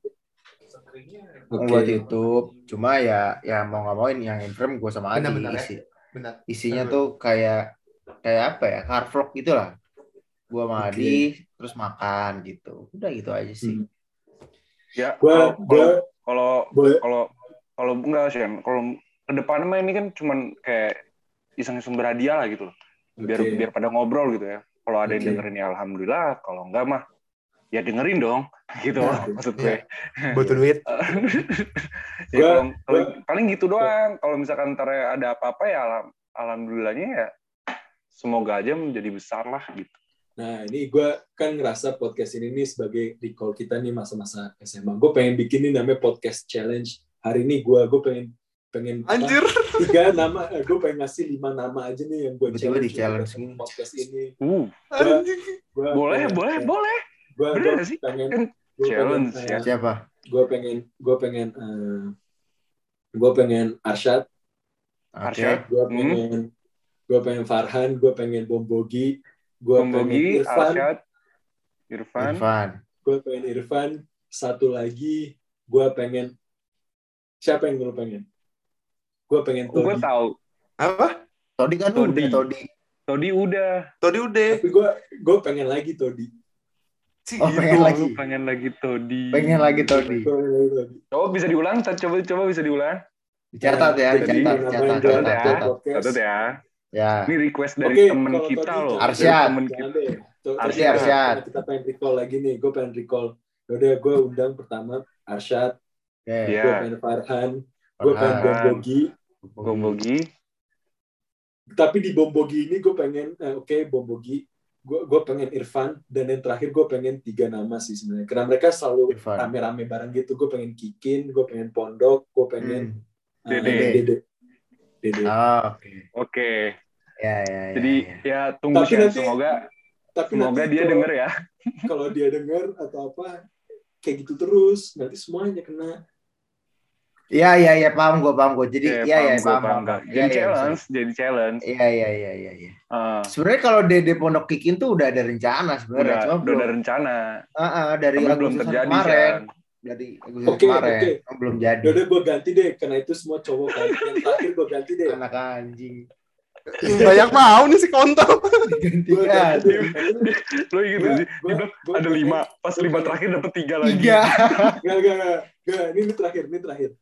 Membuat Oke. YouTube. Cuma ya ya mau nggak mauin yang in frame gue sama Adi Benar-benar ya. isi. Benar. Isinya Benar. tuh kayak kayak apa ya? Car vlog gitu lah. Gue sama Oke. Adi terus makan gitu. Udah gitu aja sih. Hmm. Ya, Gua- kalau gua- kalau boleh kalau kalau enggak sih, kalau ke depan mah ini kan cuman kayak iseng-iseng berhadiah lah gitu loh. Biar Oke. biar pada ngobrol gitu ya. Kalau ada yang Oke. dengerin ya alhamdulillah, kalau enggak mah ya dengerin dong gitu Nah, maksud iya. gue. Butuh duit. Ya, Gua- kalau, kalau gua- paling gitu doang. Kalau misalkan ntar ada apa-apa ya alham- alhamdulillahnya ya semoga aja menjadi besar lah gitu. Nah, ini gue kan ngerasa podcast ini nih sebagai recall kita nih masa-masa S M A. Gue pengen bikin nih namanya podcast challenge. Hari ini gue gue pengen pengen apa, Anjir. tiga nama. Gue pengen ngasih lima nama aja nih yang gue Tiba-tiba di challenge challenge gini. podcast ini. Uh, Anjing. Gua, boleh, gua- boleh, boleh. Gue Bener nggak sih? pengen Kan gua challenge, pengen, ya. eh, Siapa? gue pengen gue pengen uh, gue pengen Arsyad, Oke. Arsyad. gue Hmm. pengen gue pengen Farhan, gue pengen Bombogi, gue pengen Bombogi, Irfan, Arsyad, Irfan. Irfan. gue pengen Irfan, satu lagi gue pengen siapa yang gue pengen? Gue pengen Oh, gue Todi. tahu. Apa? Todi kan Todi. udah Todi. Todi udah. Tadi udah. Tapi gue gue pengen lagi Todi. Sih, Oh, gitu. pengen lagi. Lu pengen lagi Todi. Pengen lagi Todi. Gue pengen lagi Todi. Coba bisa diulang, Tat. coba coba bisa diulang. Dicatat ya, Jadi, dicatat, nama catat, yang Catat jalan catat, ya. catat. podcast. Catat ya. Ya. Ini request dari Oke, temen kalau kita Todi, loh. jangan- Arsyad. Dari temen kita. Jangan deh. Tuh, Arsyad. Arsyad. Arsyad. Karena kita pengen recall lagi nih. Gue pengen recall. Yaudah, gue undang pertama Arsyad. Oke. Iya. Gue pengen Farhan. Gue pengen Farhan. Bombogi. Bombogi. Tapi di Bombogi ini gue pengen, eh, oke Bombogi. Gue gue pengen Irfan. Dan yang terakhir gue pengen tiga nama sih sebenarnya. Karena mereka selalu Irfan. rame-rame bareng gitu. Gue pengen Kikin. Gue pengen Pondok. Gue pengen Hmm. eh, Dede. Dede. Dede. Oh, oke. Oke. Ya, ya, ya. Jadi ya. ya tunggu Tapi sih. nanti- Semoga Tapi semoga nanti dia kalau- denger ya. Kalau dia denger atau apa, kayak gitu terus. Nanti semuanya kena. Iya, iya, iya, paham gue, paham gue. Jadi, Oke, iya, iya, paham, paham, gua paham. paham. Iya, Jadi iya, challenge, jadi challenge. Iya, iya, iya, iya, iya. Ah, Sebenarnya kalau Dede Pondok Kikin tuh udah ada rencana sebenarnya, udah, cuma udah belum. ada rencana. Ah, ah, dari Tapi belum Agustusan terjadi, kemarin, Shan. dari Agustus Oke, kemarin, oke. Oh, belum jadi. Yaudah gue ganti deh, karena itu semua cowok kan. Yang terakhir gue ganti deh. Anak anjing. Banyak mau nih si kontol. Gue Gantikan. ganti deh. Lo gitu Gua- sih. gua- Dia bilang, gua ada pengen- lima. Pas gua lima pengen- terakhir dapet tiga lagi. Tiga. Gak, gak, gak. Gak, ini, ini terakhir, ini terakhir.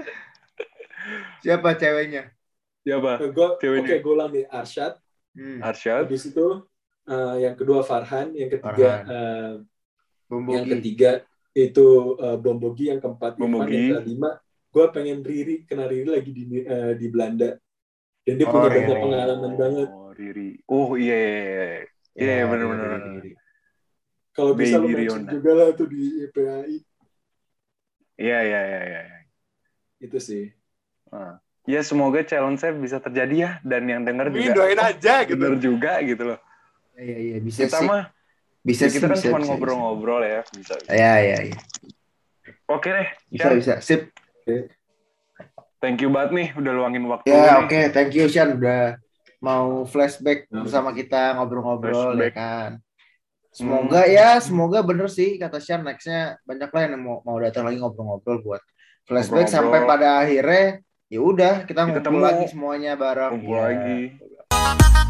Siapa ceweknya? Siapa? Gue, Ceweknya. oke, gue ulang nih. Arsyad. Hmm. Arsyad. Habis itu, eh, yang kedua Farhan. Yang ketiga, Farhan. eh, Bombogi. yang ketiga itu eh, Bombogi. Yang keempat Irfan. Bombogi. Yang kelima, gue pengen Riri. Karena Riri lagi di, eh, di Belanda. Dan dia Oh, punya Riri. banyak pengalaman banget. Oh, Riri. Oh, iya, iya, iya. Iya, Ya, bener-bener. Riri, Riri. Kalau bisa lo Baby mention Riona. juga lah tuh di E P A I. Iya, iya, iya, iya. Itu sih. Ah. Ya, semoga challenge-nya bisa terjadi ya. Dan yang denger Wih, juga. doain aja gitu. Bener juga gitu loh. Iya, iya, bisa Kita sih. mah, Bisa ya sih, kita kan bisa, cuma bisa, ngobrol-ngobrol ya. Bisa. bisa. Iya, iya, iya. Oke deh. Bisa, Shan. bisa. Sip. Thank you banget nih. Udah luangin waktu Ya, nih. oke. Thank you, Shan. Udah mau flashback Hmm. bersama kita, ngobrol-ngobrol, ya Flashback. kan. Semoga ya, semoga bener sih kata Shan. Nextnya banyak lah yang mau, mau datang lagi ngobrol-ngobrol buat flashback Ngobrol-ngobrol. sampai pada akhirnya ya udah kita Kita ngumpul ketemu. lagi semuanya bareng. Kumpul Iya. lagi.